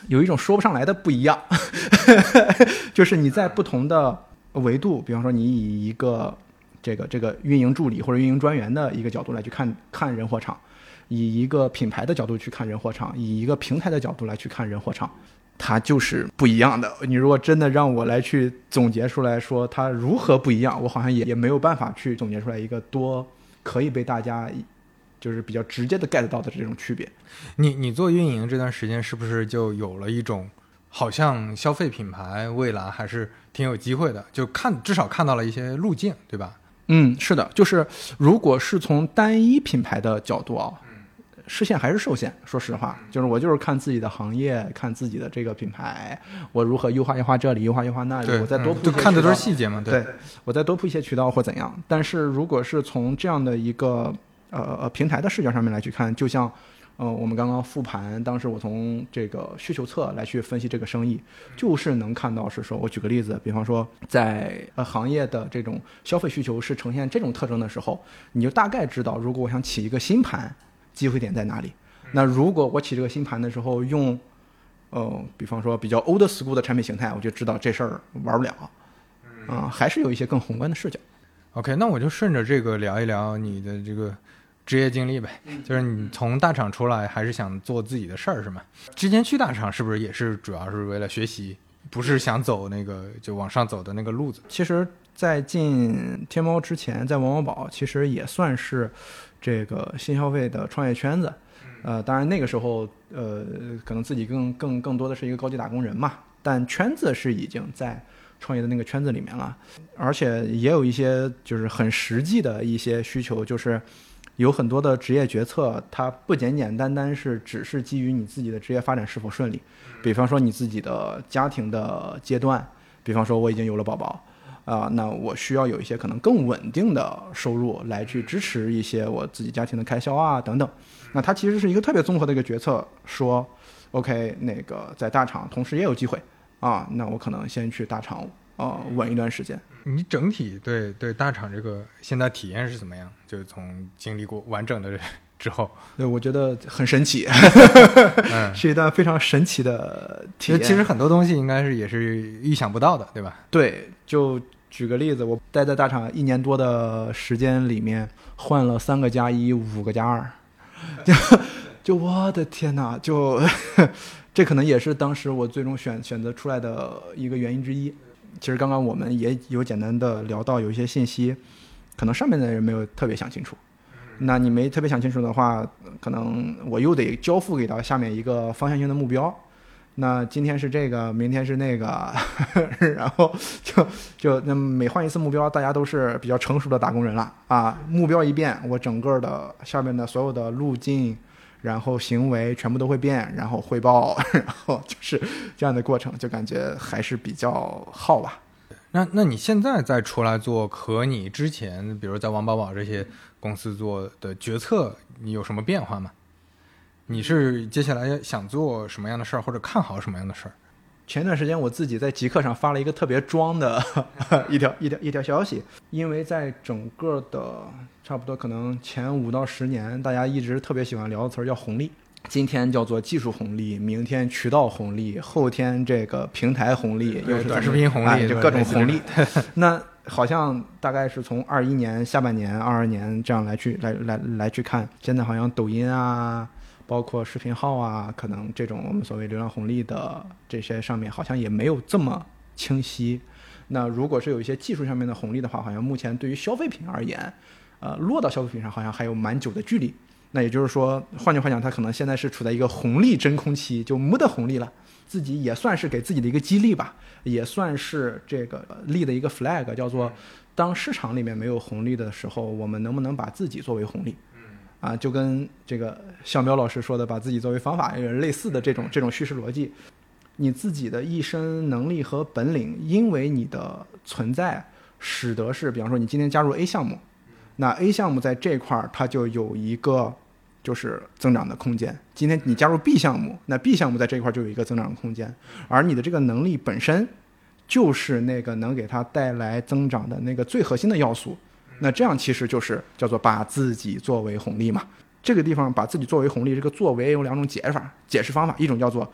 [SPEAKER 2] 有一种说不上来的不一样，就是你在不同的维度，比方说你以一个这个这个运营助理或者运营专员的一个角度来去看看人货场，以一个品牌的角度去看人货场，以一个平台的角度来去看人货场，它就是不一样的。你如果真的让我来去总结出来说它如何不一样，我好像也也没有办法去总结出来一个多可以被大家就是比较直接的 get 到的这种区别。
[SPEAKER 1] 你你做运营这段时间是不是就有了一种好像消费品牌未来还是挺有机会的，就看至少看到了一些路径，对吧？
[SPEAKER 2] 嗯，是的，就是如果是从单一品牌的角度啊，视线还是受限。说实话，就是我就是看自己的行业，看自己的这个品牌，我如何优化优化这里，优化优化那里，我再多铺一些渠道，
[SPEAKER 1] 就看的都是细节嘛。对，
[SPEAKER 2] 对，我再多铺一些渠道或怎样。但是如果是从这样的一个呃平台的视角上面来去看，就像呃我们刚刚复盘，当时我从这个需求侧来去分析这个生意，就是能看到是说，我举个例子，比方说在呃行业的这种消费需求是呈现这种特征的时候，你就大概知道，如果我想起一个新盘，机会点在哪里。那如果我起这个新盘的时候用呃比方说比较 old school 的产品形态，我就知道这事儿玩不了啊、呃，还是有一些更宏观的视角。
[SPEAKER 1] OK， 那我就顺着这个聊一聊你的这个职业经历呗，就是你从大厂出来还是想做自己的事儿是吗？之前去大厂是不是也是主要是为了学习，不是想走那个就往上走的那个路子？
[SPEAKER 2] 其实在进天猫之前，在王宝宝其实也算是这个新消费的创业圈子，呃，当然那个时候呃可能自己更更更多的是一个高级打工人嘛，但圈子是已经在创业的那个圈子里面了，而且也有一些就是很实际的一些需求，就是有很多的职业决策，它不简简单单是只是基于你自己的职业发展是否顺利，比方说你自己的家庭的阶段，比方说我已经有了宝宝啊、呃，那我需要有一些可能更稳定的收入来去支持一些我自己家庭的开销啊等等。那它其实是一个特别综合的一个决策，说 OK 那个在大厂同时也有机会啊，那我可能先去大厂呃稳一段时间。
[SPEAKER 1] 你整体对对大厂这个现在体验是怎么样？就是从经历过完整的之后，
[SPEAKER 2] 对，我觉得很神奇，
[SPEAKER 1] 嗯、
[SPEAKER 2] 是一段非常神奇的体验。
[SPEAKER 1] 其实很多东西应该是也是意想不到的，对吧？
[SPEAKER 2] 对，就举个例子，我待在大厂一年多的时间里面，换了三个加一，五个加二，就就我的天哪，就这可能也是当时我最终选选择出来的一个原因之一。其实刚刚我们也有简单的聊到有一些信息，可能上面的人没有特别想清楚。那你没特别想清楚的话，可能我又得交付给到下面一个方向性的目标。那今天是这个，明天是那个，然后就就那每换一次目标，大家都是比较成熟的打工人了啊。目标一变，我整个的下面的所有的路径，然后行为全部都会变，然后汇报，然后就是这样的过程，就感觉还是比较耗吧。
[SPEAKER 1] 那那你现在再出来做，和你之前比如在王宝宝这些公司做的决策，你有什么变化吗？你是接下来想做什么样的事儿，或者看好什么样的事儿？
[SPEAKER 2] 前段时间我自己在极客上发了一个特别装的一条一条一条消息，因为在整个的差不多可能前五到十年，大家一直特别喜欢聊的词儿叫红利。今天叫做技术红利，明天渠道红利，后天这个平台红利，又是
[SPEAKER 1] 短视频红利，
[SPEAKER 2] 哎、就各种红利。那好像大概是从二一年下半年、二二年这样来去来来来去看，现在好像抖音啊，包括视频号啊，可能这种我们所谓流量红利的这些上面，好像也没有这么清晰。那如果是有一些技术上面的红利的话，好像目前对于消费品而言，呃，落到消费品上好像还有蛮久的距离。那也就是说，换句话讲，它可能现在是处在一个红利真空期，就没得红利了。自己也算是给自己的一个激励吧，也算是这个立的一个 flag， 叫做当市场里面没有红利的时候，我们能不能把自己作为红利？啊，就跟这个向彪老师说的把自己作为方法有点类似的这种这种叙事逻辑。你自己的一身能力和本领，因为你的存在，使得是，比方说你今天加入 A 项目，那 A 项目在这块它就有一个就是增长的空间。今天你加入 B 项目，那 B 项目在这块就有一个增长的空间，而你的这个能力本身就是那个能给它带来增长的那个最核心的要素。那这样其实就是叫做把自己作为红利嘛。这个地方把自己作为红利，这个作为有两种解法解释方法，一种叫做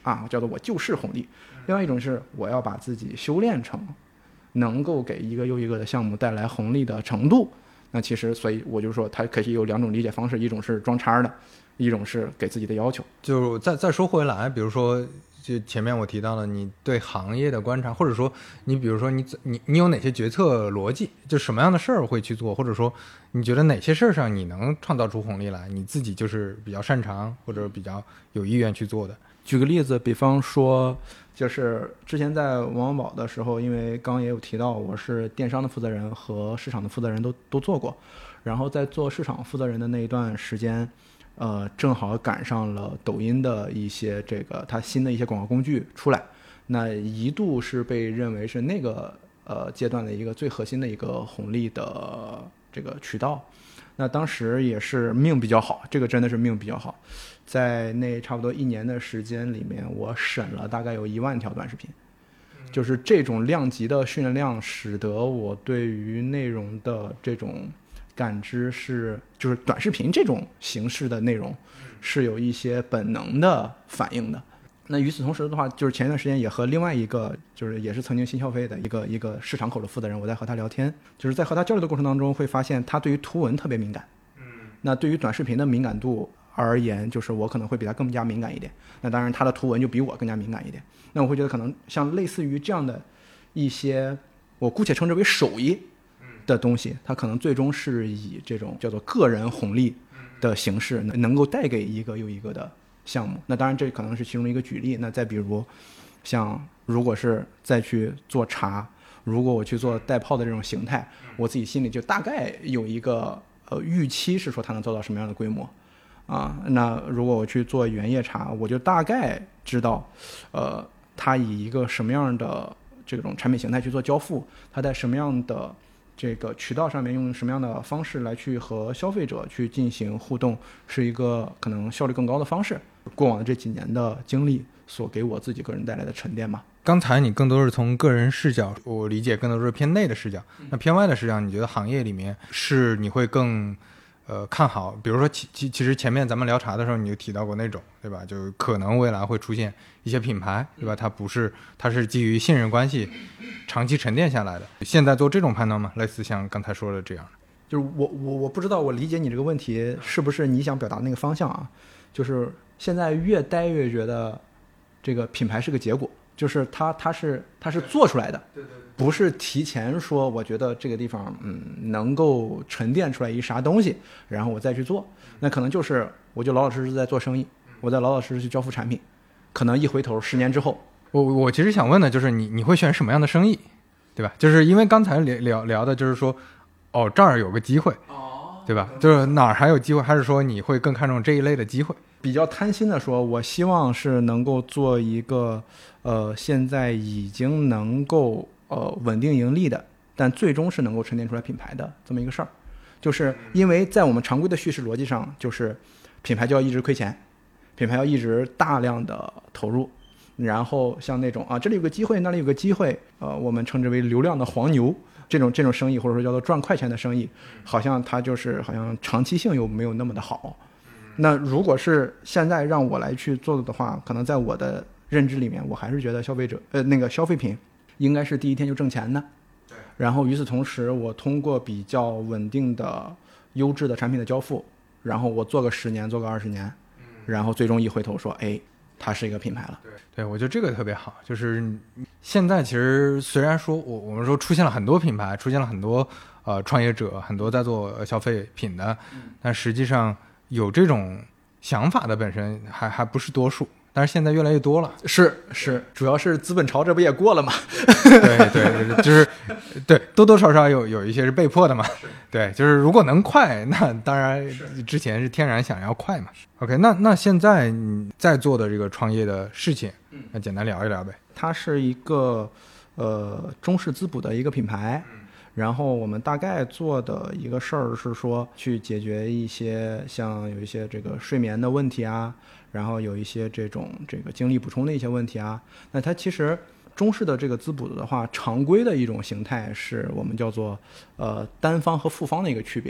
[SPEAKER 2] 啊，叫做我就是红利；另外一种是我要把自己修炼成能够给一个又一个的项目带来红利的程度。那其实所以我就说它可以有两种理解方式，一种是装叉的，一种是给自己的要求。
[SPEAKER 1] 就再再说回来，比如说就前面我提到了你对行业的观察，或者说你比如说你你你有哪些决策逻辑，就什么样的事儿会去做，或者说你觉得哪些事儿上你能创造出红利来，你自己就是比较擅长或者比较有意愿去做的。
[SPEAKER 2] 举个例子，比方说就是之前在王王宝的时候，因为刚刚也有提到我是电商的负责人和市场的负责人都都做过，然后在做市场负责人的那一段时间，呃，正好赶上了抖音的一些这个它新的一些广告工具出来，那一度是被认为是那个呃阶段的一个最核心的一个红利的这个渠道。那当时也是命比较好，这个真的是命比较好，在那差不多一年的时间里面，我审了大概有一万条短视频，就是这种量级的训练量，使得我对于内容的这种感知是，就是短视频这种形式的内容是有一些本能的反应的。那与此同时的话，就是前一段时间也和另外一个就是也是曾经新消费的一个一个市场口的负责人，我在和他聊天，就是在和他交流的过程当中，会发现他对于图文特别敏感。嗯，那对于短视频的敏感度而言，就是我可能会比他更加敏感一点。那当然，他的图文就比我更加敏感一点。那我会觉得可能像类似于这样的一些，我姑且称之为手艺的东西，它可能最终是以这种叫做个人红利的形式，能够带给一个又一个的项目。那当然这可能是其中一个举例。那再比如像如果是再去做茶，如果我去做带泡的这种形态，我自己心里就大概有一个呃预期，是说它能做到什么样的规模啊。那如果我去做原叶茶，我就大概知道呃它以一个什么样的这种产品形态去做交付，它在什么样的这个渠道上面用什么样的方式来去和消费者去进行互动，是一个可能效率更高的方式。过往的这几年的经历所给我自己个人带来的沉淀嘛。
[SPEAKER 1] 刚才你更多是从个人视角，我理解更多是偏内的视角，那偏外的视角，你觉得行业里面是你会更呃看好？比如说其其其实前面咱们聊茶的时候你就提到过那种，对吧？就可能未来会出现一些品牌，对吧？它不是，它是基于信任关系长期沉淀下来的。现在做这种判断吗？类似像刚才说的这样的。
[SPEAKER 2] 就是我我我不知道我理解你这个问题是不是你想表达的那个方向啊？就是现在越待越觉得这个品牌是个结果，就是它它是它是做出来的，不是提前说我觉得这个地方嗯能够沉淀出来一啥东西，然后我再去做。那可能就是我就老老实实在做生意，我在老老实实去交付产品，可能一回头十年之后，
[SPEAKER 1] 我我其实想问的就是你你会选什么样的生意，对吧？就是因为刚才聊聊聊的就是说，哦这儿有个机会，对吧？就是哪儿还有机会，还是说你会更看重这一类的机会？
[SPEAKER 2] 比较贪心的说，我希望是能够做一个呃现在已经能够呃稳定盈利的，但最终是能够沉淀出来品牌的这么一个事儿。就是因为在我们常规的叙事逻辑上，就是品牌就要一直亏钱，品牌要一直大量的投入，然后像那种啊这里有个机会，那里有个机会，呃我们称之为流量的黄牛，这种这种生意或者说叫做赚快钱的生意，好像它就是好像长期性又没有那么的好。那如果是现在让我来去做的话，可能在我的认知里面，我还是觉得消费者呃那个消费品应该是第一天就挣钱的。然后与此同时，我通过比较稳定的优质的产品的交付，然后我做个十年做个二十年，然后最终一回头说哎它是一个品牌了。
[SPEAKER 1] 对对，我觉得这个特别好。就是现在其实虽然说我我们说出现了很多品牌，出现了很多呃创业者，很多在做消费品的，但实际上有这种想法的本身还还不是多数，但是现在越来越多了。
[SPEAKER 2] 是是，主要是资本潮这不也过了吗？
[SPEAKER 1] 对对，就是对多多少少有有一些是被迫的嘛。对，就是如果能快，那当然之前是天然想要快嘛。OK， 那那现在你在做的这个创业的事情，那简单聊一聊呗。
[SPEAKER 2] 它是一个呃中式滋补的一个品牌。然后我们大概做的一个事儿是说，去解决一些像有一些这个睡眠的问题啊，然后有一些这种这个精力补充的一些问题啊。那它其实中式的这个滋补的话，常规的一种形态是我们叫做呃单方和复方的一个区别。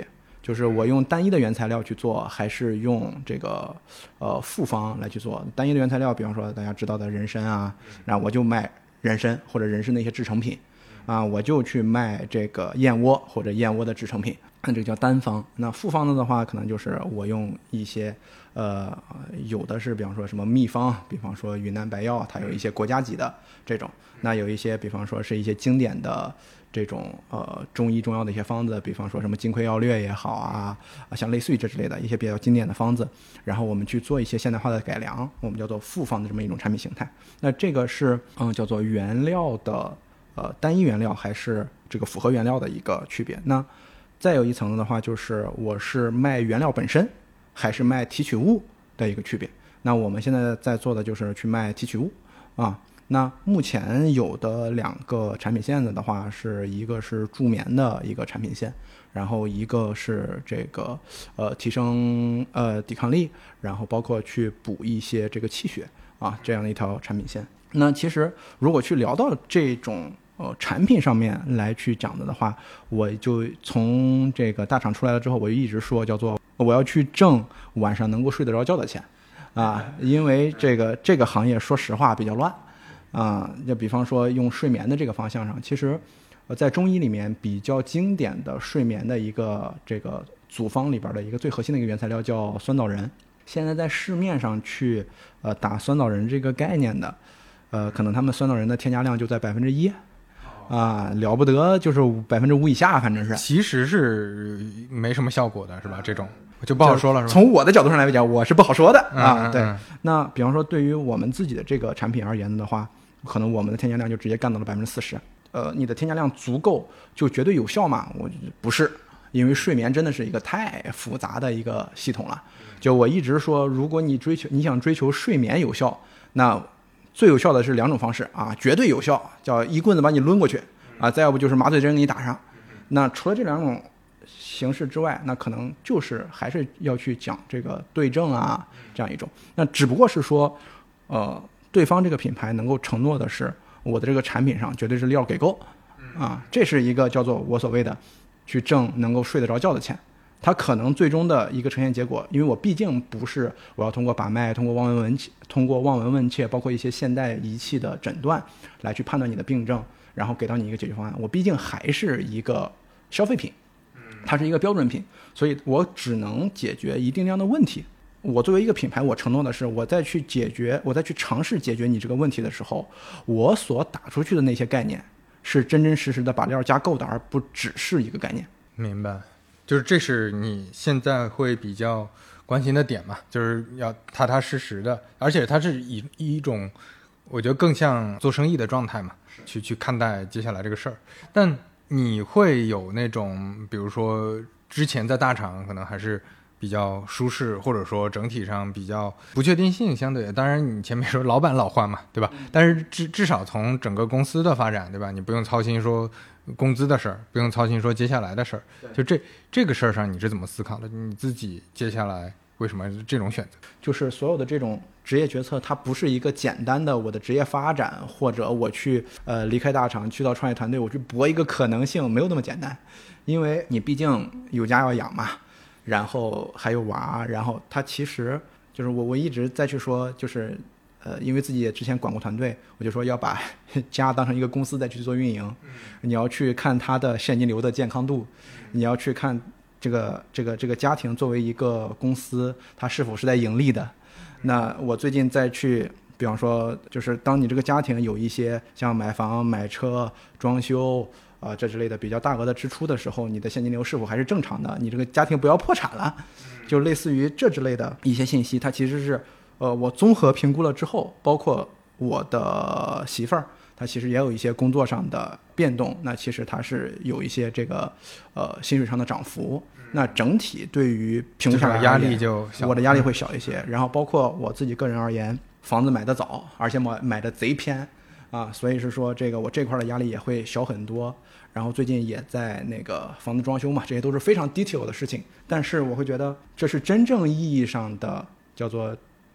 [SPEAKER 2] 就是我用单一的原材料去做，还是用这个呃复方来去做。单一的原材料，比方说大家知道的人参啊，然后我就卖人参或者人参的一些制成品啊，我就去卖这个燕窝或者燕窝的制成品，这个叫单方。那复方的的话，可能就是我用一些呃有的是比方说什么秘方，比方说云南白药，它有一些国家级的这种。那有一些比方说是一些经典的这种呃中医中药的一些方子，比方说什么金匮要略也好啊，像类似于这之类的一些比较经典的方子，然后我们去做一些现代化的改良，我们叫做复方的这么一种产品形态。那这个是嗯叫做原料的呃单一原料还是这个复合原料的一个区别。那再有一层的话，就是我是卖原料本身还是卖提取物的一个区别。那我们现在在做的就是去卖提取物啊。那目前有的两个产品线的话，是一个是助眠的一个产品线，然后一个是这个呃提升呃抵抗力，然后包括去补一些这个气血啊这样的一条产品线。那其实如果去聊到这种呃产品上面来去讲的的话，我就从这个大厂出来了之后，我就一直说叫做我要去挣晚上能够睡得着觉的钱啊，因为这个这个行业说实话比较乱。啊，就比方说用睡眠的这个方向上，其实，呃，在中医里面比较经典的睡眠的一个这个组方里边的一个最核心的一个原材料叫酸枣仁。现在在市面上去呃打酸枣仁这个概念的，呃，可能他们酸枣仁的添加量就在百分之一，啊，了不得，就是百分之五以下，反正是。
[SPEAKER 1] 其实是没什么效果的，是吧？这种就不好说了，是吧？
[SPEAKER 2] 从我的角度上来讲，我是不好说的啊。
[SPEAKER 1] 嗯嗯嗯
[SPEAKER 2] 对，那比方说对于我们自己的这个产品而言的话，可能我们的添加量就直接干到了百分之四十。呃，你的添加量足够就绝对有效吗？我不是，因为睡眠真的是一个太复杂的一个系统了。就我一直说，如果你追求你想追求睡眠有效，那最有效的是两种方式啊，绝对有效，叫一棍子把你抡过去啊，再要不就是麻醉针给你打上。那除了这两种形式之外，那可能就是还是要去讲这个对症啊这样一种。那只不过是说，呃。对方这个品牌能够承诺的是，我的这个产品上绝对是料给够，啊，这是一个叫做我所谓的去挣能够睡得着觉的钱。它可能最终的一个呈现结果，因为我毕竟不是我要通过把脉、通过望闻问切、通过望闻问切，包括一些现代仪器的诊断来去判断你的病症，然后给到你一个解决方案。我毕竟还是一个消费品，它是一个标准品，所以我只能解决一定量的问题。我作为一个品牌，我承诺的是，我再去解决，我再去尝试解决你这个问题的时候，我所打出去的那些概念是真真实实的把料加够的，而不只是一个概念。
[SPEAKER 1] 明白，就是这是你现在会比较关心的点嘛，就是要踏踏实实的，而且它是以一种我觉得更像做生意的状态嘛，去去看待接下来这个事儿。但你会有那种，比如说之前在大厂可能还是比较舒适，或者说整体上比较不确定性相对，当然你前面说老板老换嘛，对吧？但是至至少从整个公司的发展，对吧？你不用操心说工资的事儿，不用操心说接下来的事儿，就这这个事儿上你是怎么思考的？你自己接下来为什么这种选择？
[SPEAKER 2] 就是所有的这种职业决策，它不是一个简单的我的职业发展，或者我去呃离开大厂去到创业团队，我去搏一个可能性，没有那么简单，因为你毕竟有家要养嘛。然后还有娃，然后他其实就是我我一直在去说，就是呃，因为自己也之前管过团队，我就说要把家当成一个公司再去做运营，你要去看它的现金流的健康度，你要去看这个这个这个家庭作为一个公司，它是否是在盈利的。那我最近再去，比方说，就是当你这个家庭有一些像买房、买车、装修。啊、呃，这之类的比较大额的支出的时候，你的现金流是否还是正常的？你这个家庭不要破产了，就类似于这之类的一些信息，它其实是，呃，我综合评估了之后，包括我的媳妇儿，她其实也有一些工作上的变动，那其实它是有一些这个呃薪水上的涨幅，那整体对于评估下来
[SPEAKER 1] 压力就小，
[SPEAKER 2] 我的压力会小一些。然后包括我自己个人而言，房子买得早，而且买买的贼偏。啊，所以是说这个我这块的压力也会小很多，然后最近也在那个房子装修嘛，这些都是非常 detail 的事情，但是我会觉得这是真正意义上的叫做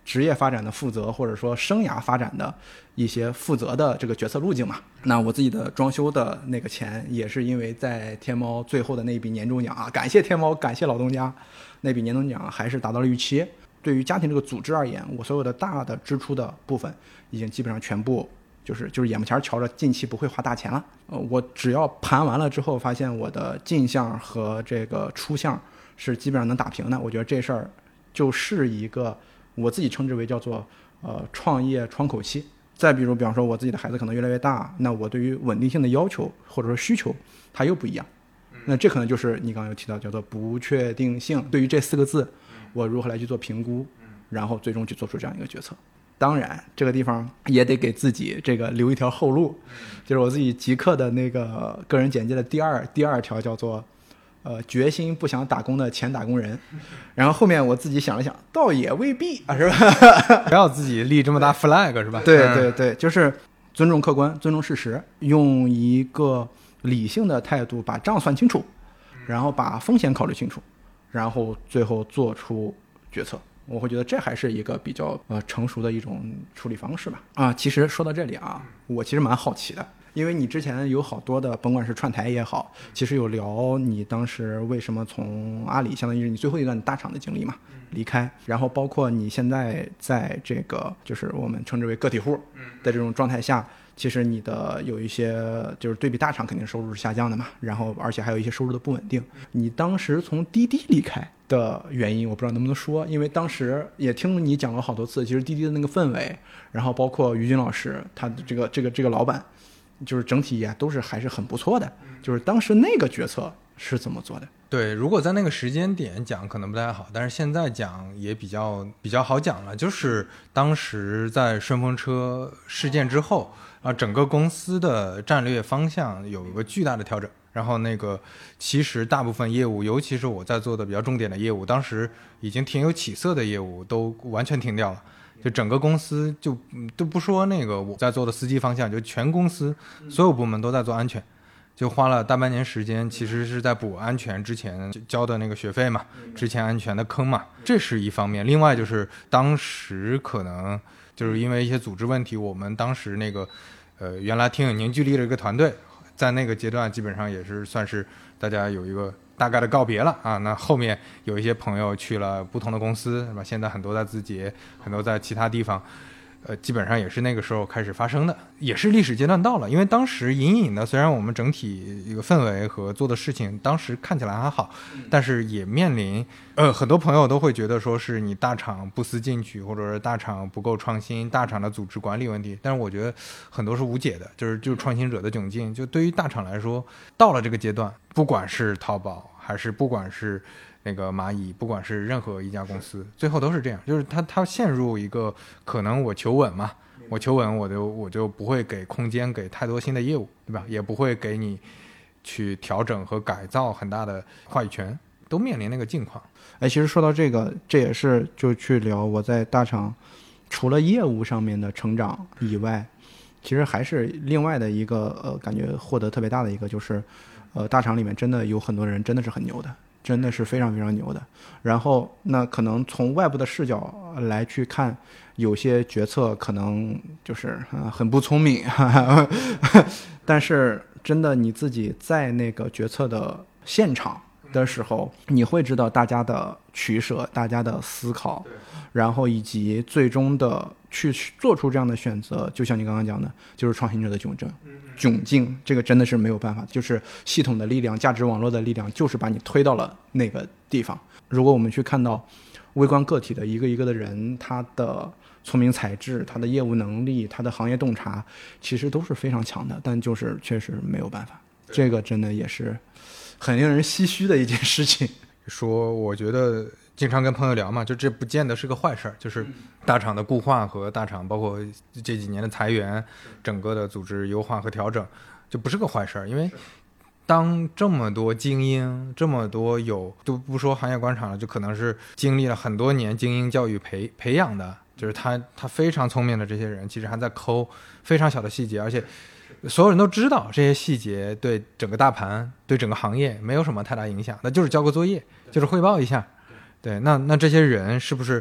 [SPEAKER 2] 职业发展的负责，或者说生涯发展的一些负责的这个决策路径嘛。那我自己的装修的那个钱也是因为在天猫最后的那笔年终奖啊，感谢天猫，感谢老东家，那笔年终奖还是达到了预期。对于家庭这个组织而言，我所有的大的支出的部分已经基本上全部就是就是眼巴前瞧着近期不会花大钱了。呃，我只要盘完了之后，发现我的进项和这个出项是基本上能打平的，我觉得这事儿就是一个我自己称之为叫做呃创业窗口期。再比如，比方说我自己的孩子可能越来越大，那我对于稳定性的要求或者说需求它又不一样。那这可能就是你刚刚有提到叫做不确定性。对于这四个字，我如何来去做评估，然后最终去做出这样一个决策。当然这个地方也得给自己这个留一条后路，就是我自己极客的那个个人简介的第二第二条叫做呃决心不想打工的前打工人。然后后面我自己想了想，倒也未必啊，是吧？
[SPEAKER 1] 不要自己立这么大 flag 是吧？
[SPEAKER 2] 对对对，就是尊重客观，尊重事实，用一个理性的态度把账算清楚，然后把风险考虑清楚，然后最后做出决策。我会觉得这还是一个比较呃成熟的一种处理方式吧。啊，其实说到这里啊，我其实蛮好奇的，因为你之前有好多的，甭管是串台也好，其实有聊你当时为什么从阿里，相当于是你最后一段大厂的经历嘛，离开，然后包括你现在在这个就是我们称之为个体户的这种状态下，其实你的有一些就是对比大厂肯定收入是下降的嘛，然后而且还有一些收入的不稳定。你当时从滴滴离开的原因我不知道能不能说，因为当时也听你讲了好多次，其实滴滴的那个氛围，然后包括于军老师他的这个这个这个老板，就是整体也都是还是很不错的。就是当时那个决策是怎么做的？
[SPEAKER 1] 对，如果在那个时间点讲可能不太好，但是现在讲也比较比较好讲了。就是当时在顺风车事件之后啊，整个公司的战略方向有一个巨大的调整。然后那个其实大部分业务，尤其是我在做的比较重点的业务，当时已经挺有起色的业务都完全停掉了。就整个公司就都不说那个我在做的司机方向，就全公司所有部门都在做安全，就花了大半年时间，其实是在补安全之前交的那个学费嘛，之前安全的坑嘛，这是一方面。另外就是当时可能就是因为一些组织问题，我们当时那个呃原来挺有凝聚力的一个团队，在那个阶段基本上也是算是大家有一个大概的告别了啊。那后面有一些朋友去了不同的公司，是吧？现在很多在字节，很多在其他地方，呃，基本上也是那个时候开始发生的，也是历史阶段到了。因为当时隐隐的，虽然我们整体一个氛围和做的事情当时看起来还好，但是也面临呃很多朋友都会觉得说是你大厂不思进取，或者是大厂不够创新，大厂的组织管理问题。但是我觉得很多是无解的，就是就是创新者的窘境。就对于大厂来说，到了这个阶段，不管是淘宝还是不管是那个蚂蚁，不管是任何一家公司，最后都是这样，就是他他陷入一个可能我求稳嘛，我求稳，我就我就不会给空间给太多新的业务，对吧？也不会给你去调整和改造很大的话语权，都面临那个境况。
[SPEAKER 2] 哎，其实说到这个，这也是就去聊我在大厂除了业务上面的成长以外，其实还是另外的一个呃感觉获得特别大的一个，就是呃大厂里面真的有很多人真的是很牛的。真的是非常非常牛的。然后那可能从外部的视角来去看，有些决策可能就是、呃、很不聪明哈哈，但是真的你自己在那个决策的现场的时候，你会知道大家的取舍，大家的思考，然后以及最终的去做出这样的选择。就像你刚刚讲的，就是创新者的窘境窘境，这个真的是没有办法，就是系统的力量，价值网络的力量，就是把你推到了那个地方。如果我们去看到微观个体的一个一个的人，他的聪明才智，他的业务能力，他的行业洞察，其实都是非常强的，但就是确实没有办法。这个真的也是很令人唏嘘的一件事情。
[SPEAKER 1] 说我觉得经常跟朋友聊嘛，就这不见得是个坏事，就是大厂的固化和大厂包括这几年的裁员，整个的组织优化和调整就不是个坏事。因为当这么多精英，这么多有都不说行业官场了，就可能是经历了很多年精英教育培培养的，就是他他非常聪明的这些人，其实还在抠非常小的细节，而且所有人都知道这些细节对整个大盘对整个行业没有什么太大影响，那就是交个作业，就是汇报一下。对，那那这些人是不是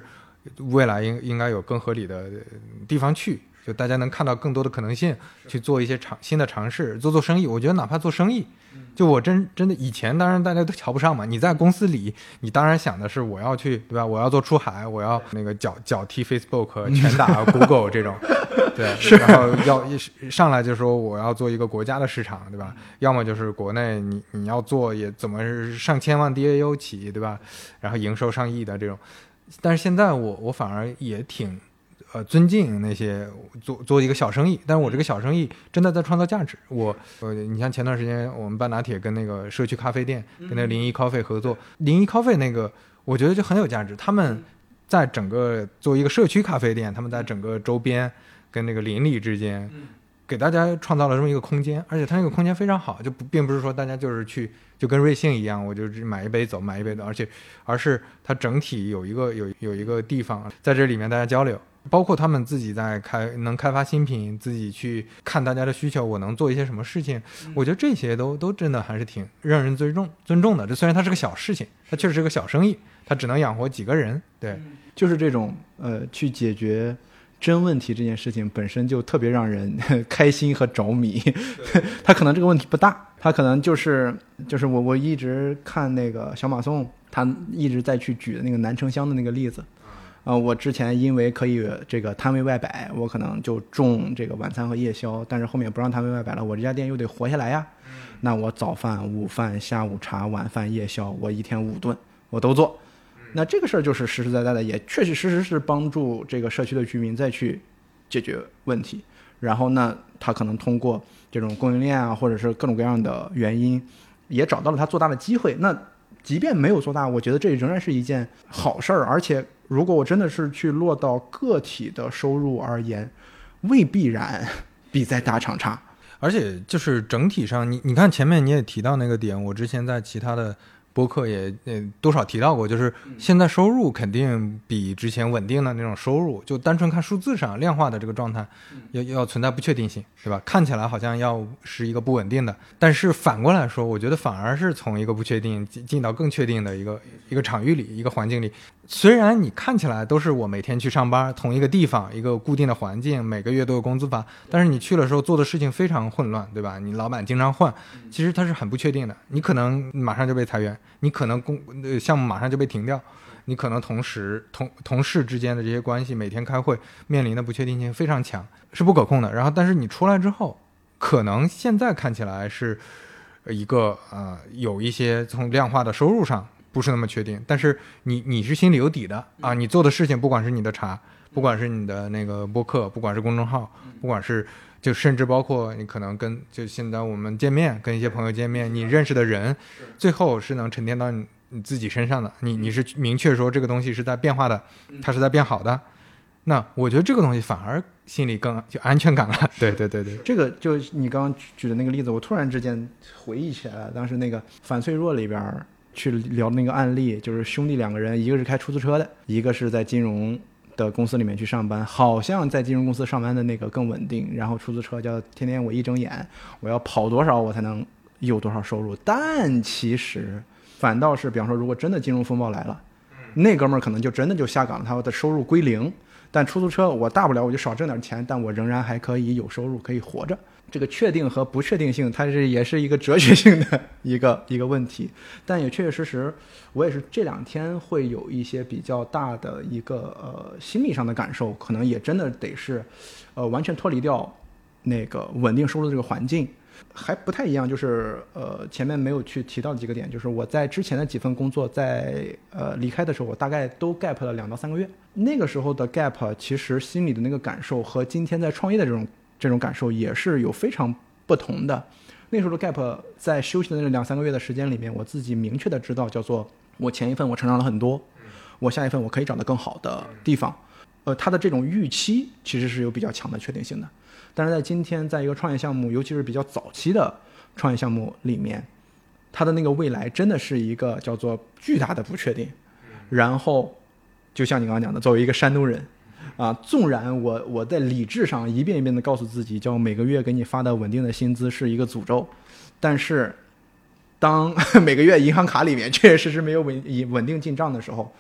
[SPEAKER 1] 未来应应该有更合理的地方去，就大家能看到更多的可能性，去做一些尝新的尝试，做做生意。我觉得哪怕做生意，就我真真的以前当然大家都瞧不上嘛，你在公司里你当然想的是我要去，对吧，我要做出海，我要那个脚脚踢 Facebook 拳打 Google 这种对，然后要上来就说我要做一个国家的市场，对吧，要么就是国内你你要做也怎么上千万 D A U 起，对吧，然后营收上亿的这种。但是现在我我反而也挺呃尊敬那些做做一个小生意，但是我这个小生意真的在创造价值。我呃你像前段时间我们半打铁跟那个社区咖啡店跟那个零一 coffee 合作，零一 coffee 那个我觉得就很有价值，他们在整个作为一个社区咖啡店，他们在整个周边跟那个邻里之间给大家创造了这么一个空间，而且它那个空间非常好，就不并不是说大家就是去就跟瑞幸一样，我就买一杯走买一杯走，而且而是它整体有一个有有一个地方在这里面大家交流，包括他们自己在开能开发新品，自己去看大家的需求，我能做一些什么事情，我觉得这些都都真的还是挺让人尊重尊重的。这虽然它是个小事情，它确实是个小生意，它只能养活几个人，对，
[SPEAKER 2] 就是这种呃去解决真问题这件事情本身就特别让人开心和着迷。他可能这个问题不大，他可能就是就是我我一直看那个小马宋，他一直在去举的那个南城乡的那个例子。啊、呃，我之前因为可以这个摊位外摆，我可能就重这个晚餐和夜宵，但是后面不让摊位外摆了，我这家店又得活下来呀。那我早饭、午饭、下午茶、晚饭、夜宵，我一天五顿我都做。那这个事儿就是实实在在的，也确确实实是帮助这个社区的居民再去解决问题。然后呢，他可能通过这种供应链啊，或者是各种各样的原因，也找到了他做大的机会。那即便没有做大，我觉得这仍然是一件好事儿。而且，如果我真的是去落到个体的收入而言，未必然比在大厂差。
[SPEAKER 1] 而且就是整体上，你你看前面你也提到那个点，我之前在其他的播客也呃多少提到过，就是现在收入肯定比之前稳定的那种收入，就单纯看数字上量化的这个状态，要要存在不确定性，对吧？看起来好像要是一个不稳定的，但是反过来说，我觉得反而是从一个不确定进进到更确定的一个一个场域里，一个环境里。虽然你看起来都是我每天去上班，同一个地方，一个固定的环境，每个月都有工资发，但是你去的时候做的事情非常混乱，对吧？你老板经常换，其实它是很不确定的。你可能马上就被裁员，你可能工呃项目马上就被停掉，你可能同时同同事之间的这些关系，每天开会面临的不确定性非常强，是不可控的。然后，但是你出来之后，可能现在看起来是一个呃有一些从量化的收入上不是那么确定，但是你你是心里有底的啊，你做的事情，不管是你的茶，不管是你的那个播客，不管是公众号，不管是就甚至包括你可能跟就现在我们见面，跟一些朋友见面，你认识的人，最后是能沉淀到你你自己身上的，你你是明确说这个东西是在变化的，它是在变好的，那我觉得这个东西反而心里更就安全感了。对对对对，
[SPEAKER 2] 这个就你刚刚举的那个例子，我突然之间回忆起来了，当时那个反脆弱里边去聊那个案例，就是兄弟两个人，一个是开出租车的，一个是在金融的公司里面去上班，好像在金融公司上班的那个更稳定，然后出租车叫天天我一睁眼我要跑多少我才能有多少收入，但其实反倒是比方说如果真的金融风暴来了，那哥们儿可能就真的就下岗了，他的收入归零，但出租车我大不了我就少挣点钱，但我仍然还可以有收入，可以活着。这个确定和不确定性，它是也是一个哲学性的一个一个问题，但也确确实实，我也是这两天会有一些比较大的一个呃心理上的感受，可能也真的得是，呃完全脱离掉那个稳定收入的这个环境，还不太一样。就是呃前面没有去提到的几个点，就是我在之前的几份工作在呃离开的时候，我大概都 gap 了两到三个月，那个时候的 gap 其实心里的那个感受和今天在创业的这种。这种感受也是有非常不同的。那时候的 gap 在休息的那两三个月的时间里面，我自己明确的知道，叫做我前一份我成长了很多，我下一份我可以找到更好的地方。呃，它的这种预期其实是有比较强的确定性的。但是在今天，在一个创业项目，尤其是比较早期的创业项目里面，它的那个未来真的是一个叫做巨大的不确定。然后，就像你刚刚讲的，作为一个山东人。啊，纵然我我在理智上一遍一遍的告诉自己，叫每个月给你发的稳定的薪资是一个诅咒，但是当每个月银行卡里面确确实实没有稳稳定进账的时候，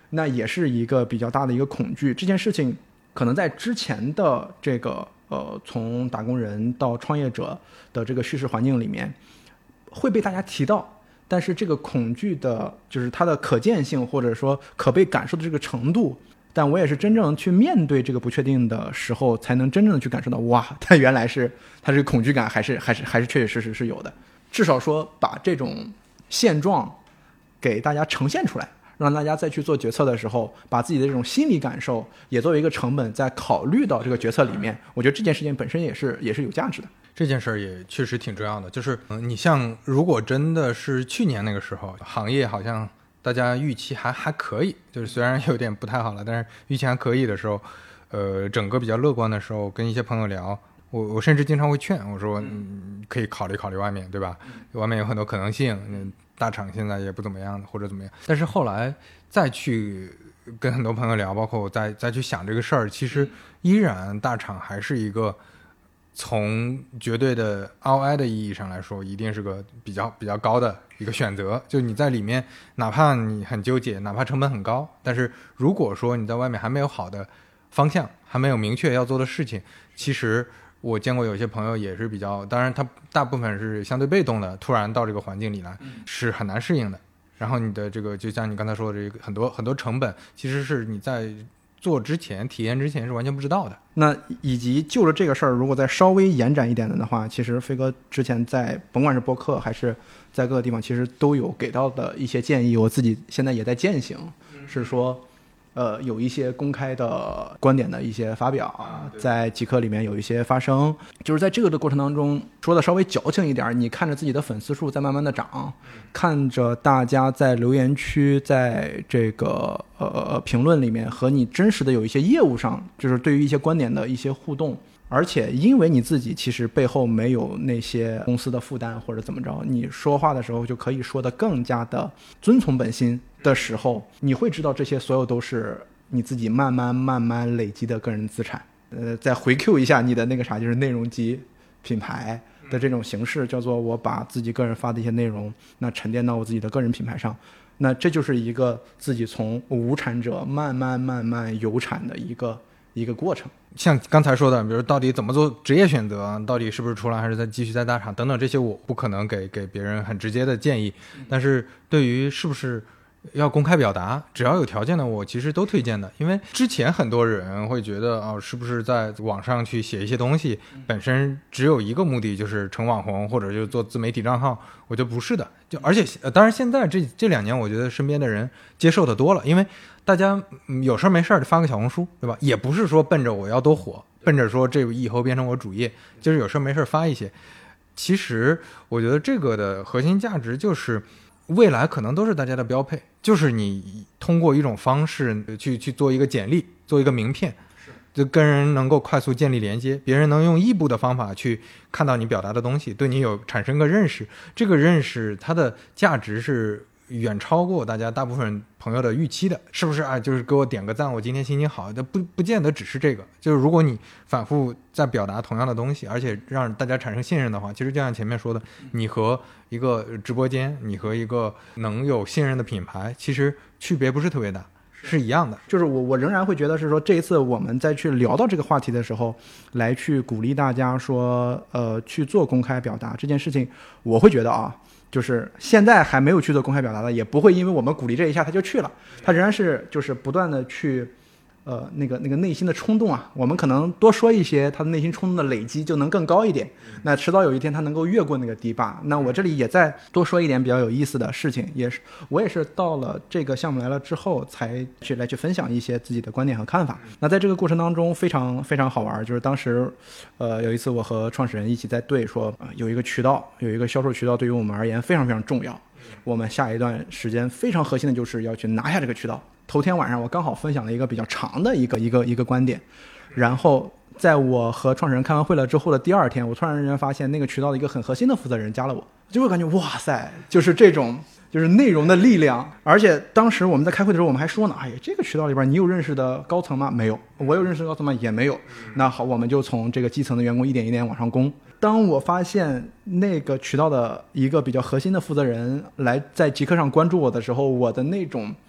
[SPEAKER 2] 那也是一个比较大的一个恐惧。这件事情可能在之前的这个呃从打工人到创业者的这个叙事环境里面会被大家提到，但是这个恐惧的就是它的可见性或者说可被感受的这个程度，但我也是真正去面对这个不确定的时候，才能真正的去感受到，哇，它原来是它这个恐惧感还是还是还是确确实实是有的。至少说把这种现状给大家呈现出来，让大家再去做决策的时候，把自己的这种心理感受也作为一个成本再考虑到这个决策里面，我觉得这件事情本身也是也是有价值的。
[SPEAKER 1] 这件事儿也确实挺重要的，就是、呃、你像如果真的是去年那个时候，行业好像大家预期还还可以，就是虽然有点不太好了，但是预期还可以的时候，呃，整个比较乐观的时候，跟一些朋友聊，我我甚至经常会劝我说，嗯，可以考虑考虑外面，对吧？外面有很多可能性，嗯，大厂现在也不怎么样的，或者怎么样。但是后来再去跟很多朋友聊，包括我再再去想这个事儿，其实依然大厂还是一个。从绝对的 R O I 的意义上来说，一定是个比较比较高的一个选择。就你在里面，哪怕你很纠结，哪怕成本很高，但是如果说你在外面还没有好的方向，还没有明确要做的事情，其实我见过有些朋友也是比较，当然他大部分是相对被动的，突然到这个环境里来是很难适应的。然后你的这个，就像你刚才说的这个很多很多成本，其实是你在做之前体验之前是完全不知道的。
[SPEAKER 2] 那以及就着这个事儿，如果再稍微延展一点的话，其实飞哥之前在甭管是播客还是在各个地方，其实都有给到的一些建议，我自己现在也在践行，是说呃，有一些公开的观点的一些发表，在极客里面有一些发声，就是在这个的过程当中，说的稍微矫情一点，你看着自己的粉丝数在慢慢的涨，看着大家在留言区，在这个呃评论里面和你真实的有一些业务上，就是对于一些观点的一些互动。而且因为你自己其实背后没有那些公司的负担或者怎么着，你说话的时候就可以说得更加的遵从本心的时候，你会知道这些所有都是你自己慢慢慢慢累积的个人资产。呃，再回 Q 一下你的那个啥，就是内容及品牌的这种形式，叫做我把自己个人发的一些内容那沉淀到我自己的个人品牌上，那这就是一个自己从无产者慢慢慢慢有产的一个一个过程。
[SPEAKER 1] 像刚才说的，比如到底怎么做职业选择，到底是不是出来还是再继续在大厂等等，这些我不可能给给别人很直接的建议，但是对于是不是要公开表达，只要有条件的我其实都推荐的。因为之前很多人会觉得哦，是不是在网上去写一些东西本身只有一个目的，就是成网红或者就做自媒体账号，我觉得不是的。就而且、呃、当然现在这这两年我觉得身边的人接受的多了，因为大家、嗯、有事没事发个小红书，对吧？也不是说奔着我要多火，奔着说这以后变成我主业，就是有事没事发一些。其实我觉得这个的核心价值就是未来可能都是大家的标配，就是你通过一种方式去去做一个简历，做一个名片，就跟人能够快速建立连接，别人能用异步的方法去看到你表达的东西，对你有产生个认识。这个认识它的价值是远超过大家大部分朋友的预期的，是不是啊？就是给我点个赞，我今天心情好，但不不见得只是这个。就是如果你反复在表达同样的东西，而且让大家产生信任的话，其实就像前面说的，你和一个直播间，你和一个能有信任的品牌，其实区别不是特别大，是一样的。
[SPEAKER 2] 就是我我仍然会觉得是说，这一次我们再去聊到这个话题的时候，来去鼓励大家说，呃，去做公开表达这件事情，我会觉得啊。就是现在还没有去做公开表达的，也不会因为我们鼓励这一下他就去了，他仍然是就是不断的去呃那个那个内心的冲动啊，我们可能多说一些，他的内心冲动的累积就能更高一点，那迟早有一天他能够越过那个堤坝。那我这里也再多说一点比较有意思的事情，也是我也是到了这个项目来了之后才去来去分享一些自己的观点和看法。那在这个过程当中非常非常好玩，就是当时呃有一次我和创始人一起在对说、呃、有一个渠道，有一个销售渠道对于我们而言非常非常重要，我们下一段时间非常核心的就是要去拿下这个渠道。头天晚上我刚好分享了一个比较长的一个一个一个观点，然后在我和创始人开完会了之后的第二天，我突然间发现那个渠道的一个很核心的负责人加了我，就会感觉哇塞，就是这种就是内容的力量。而且当时我们在开会的时候我们还说呢，哎呀，这个渠道里边你有认识的高层吗？没有。我有认识的高层吗？也没有。那好，我们就从这个基层的员工一点一点往上攻。当我发现那个渠道的一个比较核心的负责人来在极客上关注我的时候，我的那种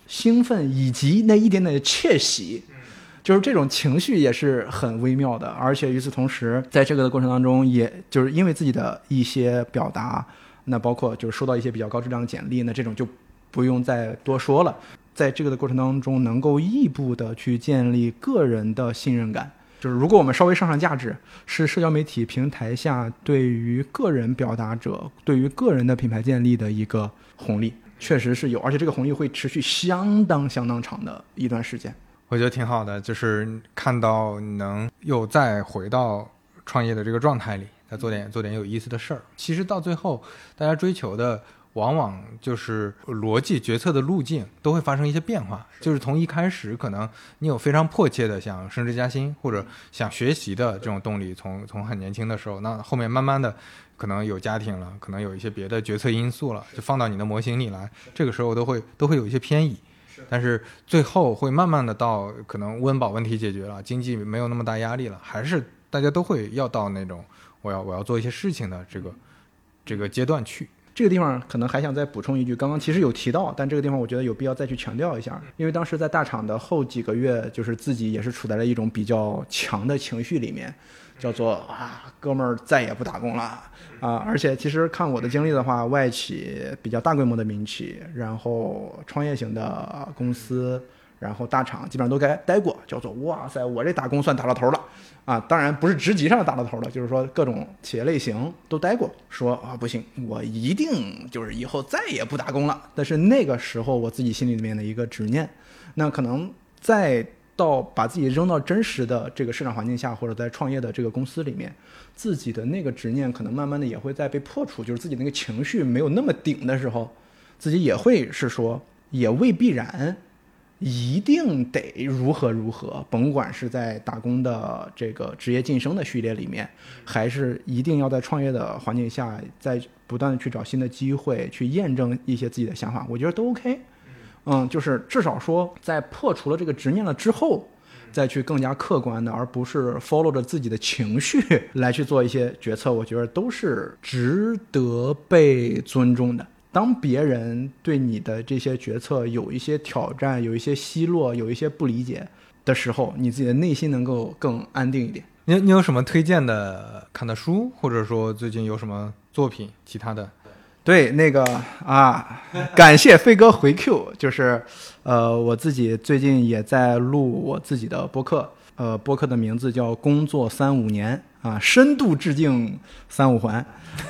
[SPEAKER 2] 兴奋以及那一点点的窃喜，就是这种情绪也是很微妙的。而且与此同时，在这个的过程当中，也就是因为自己的一些表达，那包括就是收到一些比较高质量的简历，那这种就不用再多说了。在这个的过程当中，能够异步的去建立个人的信任感。就是如果我们稍微上上价值，是社交媒体平台下对于个人表达者、对于个人的品牌建立的一个红利，确实是有，而且这个红利会持续相当相当长的一段时间。
[SPEAKER 1] 我觉得挺好的，就是看到你能又再回到创业的这个状态里，再做点做点有意思的事儿。其实到最后，大家追求的往往就是逻辑决策的路径都会发生一些变化，就是从一开始可能你有非常迫切的想升职加薪或者想学习的这种动力，从从很年轻的时候，那后面慢慢的可能有家庭了，可能有一些别的决策因素了，就放到你的模型里来，这个时候都会都会有一些偏移，但是最后会慢慢的到可能温饱问题解决了，经济没有那么大压力了，还是大家都会要到那种我要我要做一些事情的这个这个阶段去。
[SPEAKER 2] 这个地方可能还想再补充一句，刚刚其实有提到，但这个地方我觉得有必要再去强调一下，因为当时在大厂的后几个月，就是自己也是处在了一种比较强的情绪里面，叫做啊，哥们儿再也不打工了啊！而且其实看我的经历的话，外企比较大规模的民企，然后创业型的公司，然后大厂基本上都该待过，叫做哇塞，我这打工算打到头了啊！当然不是职级上的打到头了，就是说各种企业类型都待过。说啊不行，我一定就是以后再也不打工了。但是那个时候我自己心里面的一个执念，那可能再到把自己扔到真实的这个市场环境下，或者在创业的这个公司里面，自己的那个执念可能慢慢的也会再被破除，就是自己那个情绪没有那么顶的时候，自己也会是说，也未必然一定得如何如何，甭管是在打工的这个职业晋升的序列里面，还是一定要在创业的环境下，在不断的去找新的机会，去验证一些自己的想法，我觉得都 OK。嗯，就是至少说，在破除了这个执念了之后，再去更加客观的，而不是 follow 着自己的情绪来去做一些决策，我觉得都是值得被尊重的。当别人对你的这些决策有一些挑战，有一些奚落，有一些不理解的时候，你自己的内心能够更安定一点。
[SPEAKER 1] 你你有什么推荐的看的书，或者说最近有什么作品其他的？
[SPEAKER 2] 对，那个啊，感谢飞哥回 Q， 就是呃，我自己最近也在录我自己的播客，呃，播客的名字叫工作三五年啊，深度致敬三五环。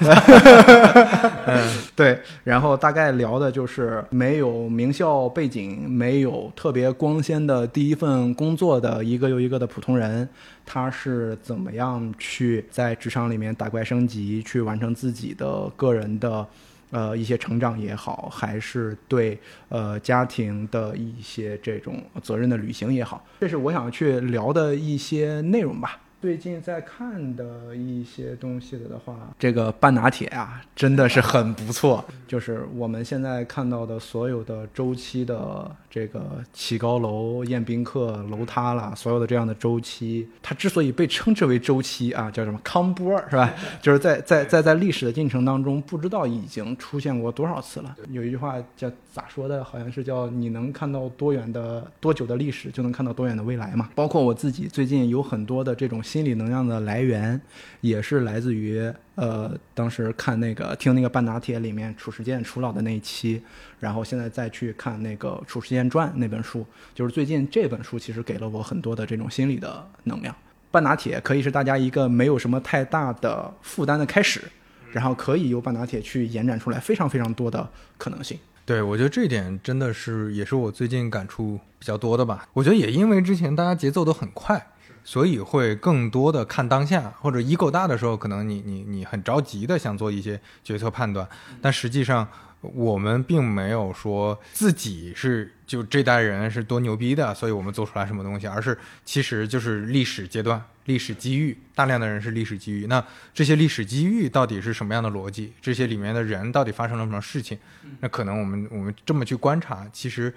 [SPEAKER 2] 嗯，对，然后大概聊的就是没有名校背景，没有特别光鲜的第一份工作的一个又一个的普通人，他是怎么样去在职场里面打怪升级，去完成自己的个人的呃一些成长也好，还是对呃家庭的一些这种责任的履行也好，这是我想去聊的一些内容吧。最近在看的一些东西的话，这个半拿铁啊真的是很不错，就是我们现在看到的所有的周期的这个起高楼、宴宾客、楼塌了，所有的这样的周期，它之所以被称之为周期啊，叫什么康波是吧？就是在在在在历史的进程当中，不知道已经出现过多少次了。有一句话叫咋说的，好像是叫你能看到多远的多久的历史，就能看到多远的未来嘛。包括我自己最近有很多的这种心理能量的来源，也是来自于呃当时看那个听那个半拿铁里面褚时健褚老的那一期，然后现在再去看那个褚时健传那本书，就是最近这本书其实给了我很多的这种心理的能量。半拿铁可以是大家一个没有什么太大的负担的开始，然后可以由半拿铁去延展出来非常非常多的可能性。
[SPEAKER 1] 对，我觉得这一点真的是也是我最近感触比较多的吧。我觉得也因为之前大家节奏都很快，所以会更多的看当下，或者 ego 大的时候，可能你你你很着急的想做一些决策判断，但实际上我们并没有说自己是就这代人是多牛逼的，所以我们做出来什么东西，而是其实就是历史阶段、历史机遇，大量的人是历史机遇。那这些历史机遇到底是什么样的逻辑？这些里面的人到底发生了什么事情？那可能我们我们这么去观察，其实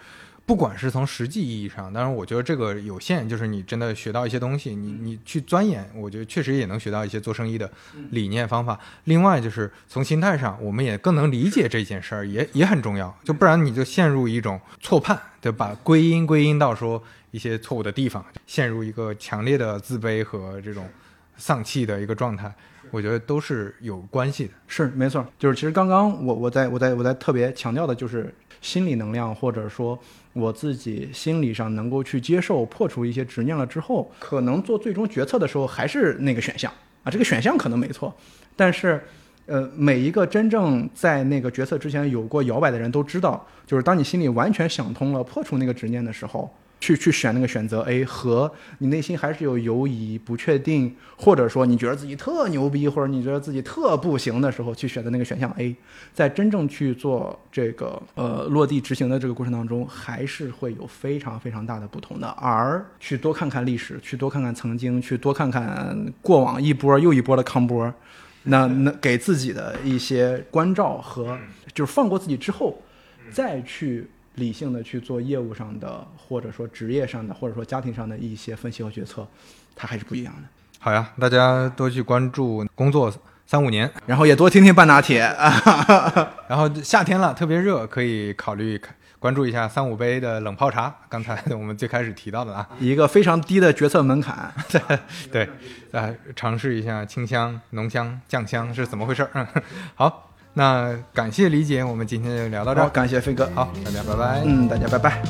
[SPEAKER 1] 不管是从实际意义上，当然我觉得这个有限，就是你真的学到一些东西，你你去钻研，我觉得确实也能学到一些做生意的理念方法。另外就是从心态上，我们也更能理解这件事儿，也也很重要。就不然你就陷入一种错判，对吧？归因归因到说一些错误的地方，陷入一个强烈的自卑和这种丧气的一个状态。我觉得都是有关系的。
[SPEAKER 2] 是没错，就是其实刚刚我我在我在我在特别强调的就是心理能量，或者说我自己心理上能够去接受破除一些执念了之后，可能做最终决策的时候还是那个选项啊，这个选项可能没错，但是呃，每一个真正在那个决策之前有过摇摆的人都知道，就是当你心里完全想通了，破除那个执念的时候，去去选那个选择 A， 和你内心还是有犹疑、不确定，或者说你觉得自己特牛逼，或者你觉得自己特不行的时候，去选择那个选项 A， 在真正去做这个呃落地执行的这个过程当中，还是会有非常非常大的不同的。而去多看看历史，去多看看曾经，去多看看过往一波又一波的康波，那那给自己的一些关照和就是放过自己之后，再去理性的去做业务上的，或者说职业上的，或者说家庭上的一些分析和决策，它还是不一样的。
[SPEAKER 1] 好呀，大家多去关注工作三五年，
[SPEAKER 2] 然后也多听听半拿铁。
[SPEAKER 1] 然后夏天了，特别热，可以考虑关注一下三五杯的冷泡茶。刚才我们最开始提到的啊，
[SPEAKER 2] 一个非常低的决策门槛。
[SPEAKER 1] 对，呃，尝试一下清香、浓香、酱香是怎么回事。好。那感谢理解，我们今天就聊到这儿。
[SPEAKER 2] 感谢飞哥，
[SPEAKER 1] 好，大家拜拜。
[SPEAKER 2] 嗯，大家拜拜。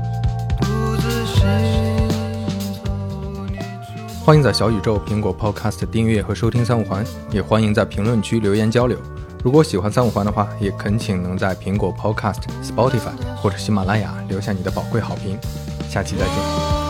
[SPEAKER 1] 欢迎在小宇宙、苹果 Podcast 订阅和收听三五环，也欢迎在评论区留言交流。如果喜欢三五环的话，也恳请能在苹果 Podcast、Spotify 或者喜马拉雅留下你的宝贵好评。下期再见。